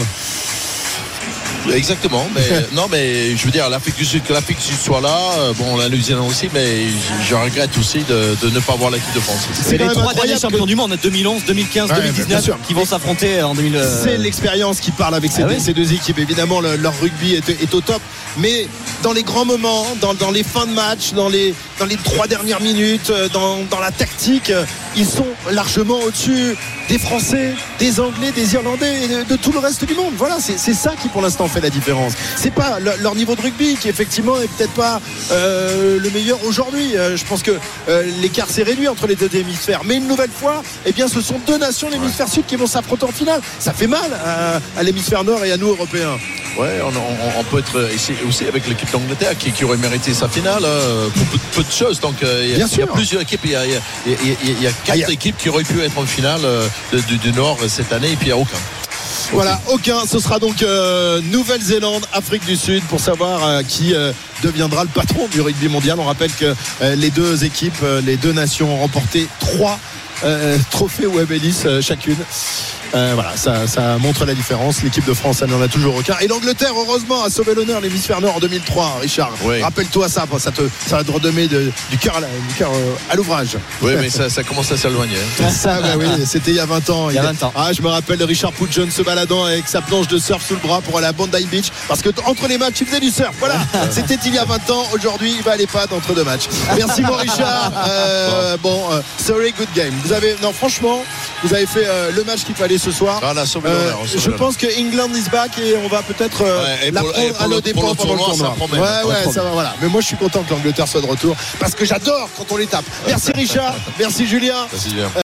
Exactement, mais non, mais je veux dire l'Afrique du Sud, que l'Afrique du Sud soit là, bon la Nouvelle-Zélande aussi, mais je, je regrette aussi de, de ne pas voir l'équipe de France. C'est, c'est les trois derniers champions que... du monde, deux mille onze, deux mille quinze, ouais, deux mille dix-neuf, qui vont s'affronter en deux mille. C'est l'expérience qui parle avec ces, ah, deux, oui. ces deux équipes. Évidemment, le, leur rugby est, est au top, mais dans les grands moments, dans, dans les fins de match, dans les, dans les trois dernières minutes, dans, dans la tactique, ils sont largement au-dessus des Français, des Anglais, des Irlandais et de, de tout le reste du monde. Voilà, c'est, c'est ça qui pour l'instant fait la différence. C'est pas le, leur niveau de rugby qui effectivement est peut-être pas euh, le meilleur aujourd'hui. Euh, je pense que euh, l'écart s'est réduit entre les deux hémisphères. Mais une nouvelle fois, eh bien, ce sont deux nations, l'hémisphère ouais. sud, qui vont s'affronter en finale. Ça fait mal à, à l'hémisphère nord et à nous Européens. Ouais, on, on, on peut être ici aussi avec l'équipe d'Angleterre qui, qui aurait mérité sa finale euh, pour peu, peu de choses. Donc euh, il, y a, il y a plusieurs équipes. Il y a, il y a, il y a quatre ah, équipes qui auraient pu être en finale euh, de, du, du Nord cette année et puis il n'y a aucun. Voilà, aucun. Ce sera donc euh, Nouvelle-Zélande, Afrique du Sud pour savoir euh, qui euh, deviendra le patron du rugby mondial. On rappelle que euh, les deux équipes, euh, les deux nations ont remporté trois euh, trophées Webb Ellis euh, chacune. Euh, voilà, ça, ça montre la différence. L'équipe de France, elle n'en a toujours aucun. Et l'Angleterre, heureusement, a sauvé l'honneur l'hémisphère nord en deux mille trois. Richard, oui. Rappelle-toi ça, ça, te, ça va te redonner de, du cœur à, du cœur à l'ouvrage. Oui, mais ça, ça commence à s'éloigner. Ça, bah oui, c'était il y a vingt ans. Il y a vingt ans. Ah, je me rappelle de Richard Pudgeon se baladant avec sa planche de surf sous le bras pour aller à Bondi Beach, parce que entre les matchs, il faisait du surf. Voilà, c'était il y a vingt ans. Aujourd'hui, il va à l'EHPAD entre deux matchs. Merci, mon Richard. Euh, bon, euh, sorry, good game. Vous avez, non, franchement, vous avez fait euh, le match qu'il fallait ce soir. Ah, là, Euh, je pense que England is back et on va peut-être euh, ouais, la prendre à nos dépens pendant le tournoi. Ouais, ouais, ça va, voilà. Mais moi, je suis content que l'Angleterre soit de retour parce que j'adore quand on les tape. Merci Richard, merci Julien. Merci, Julien.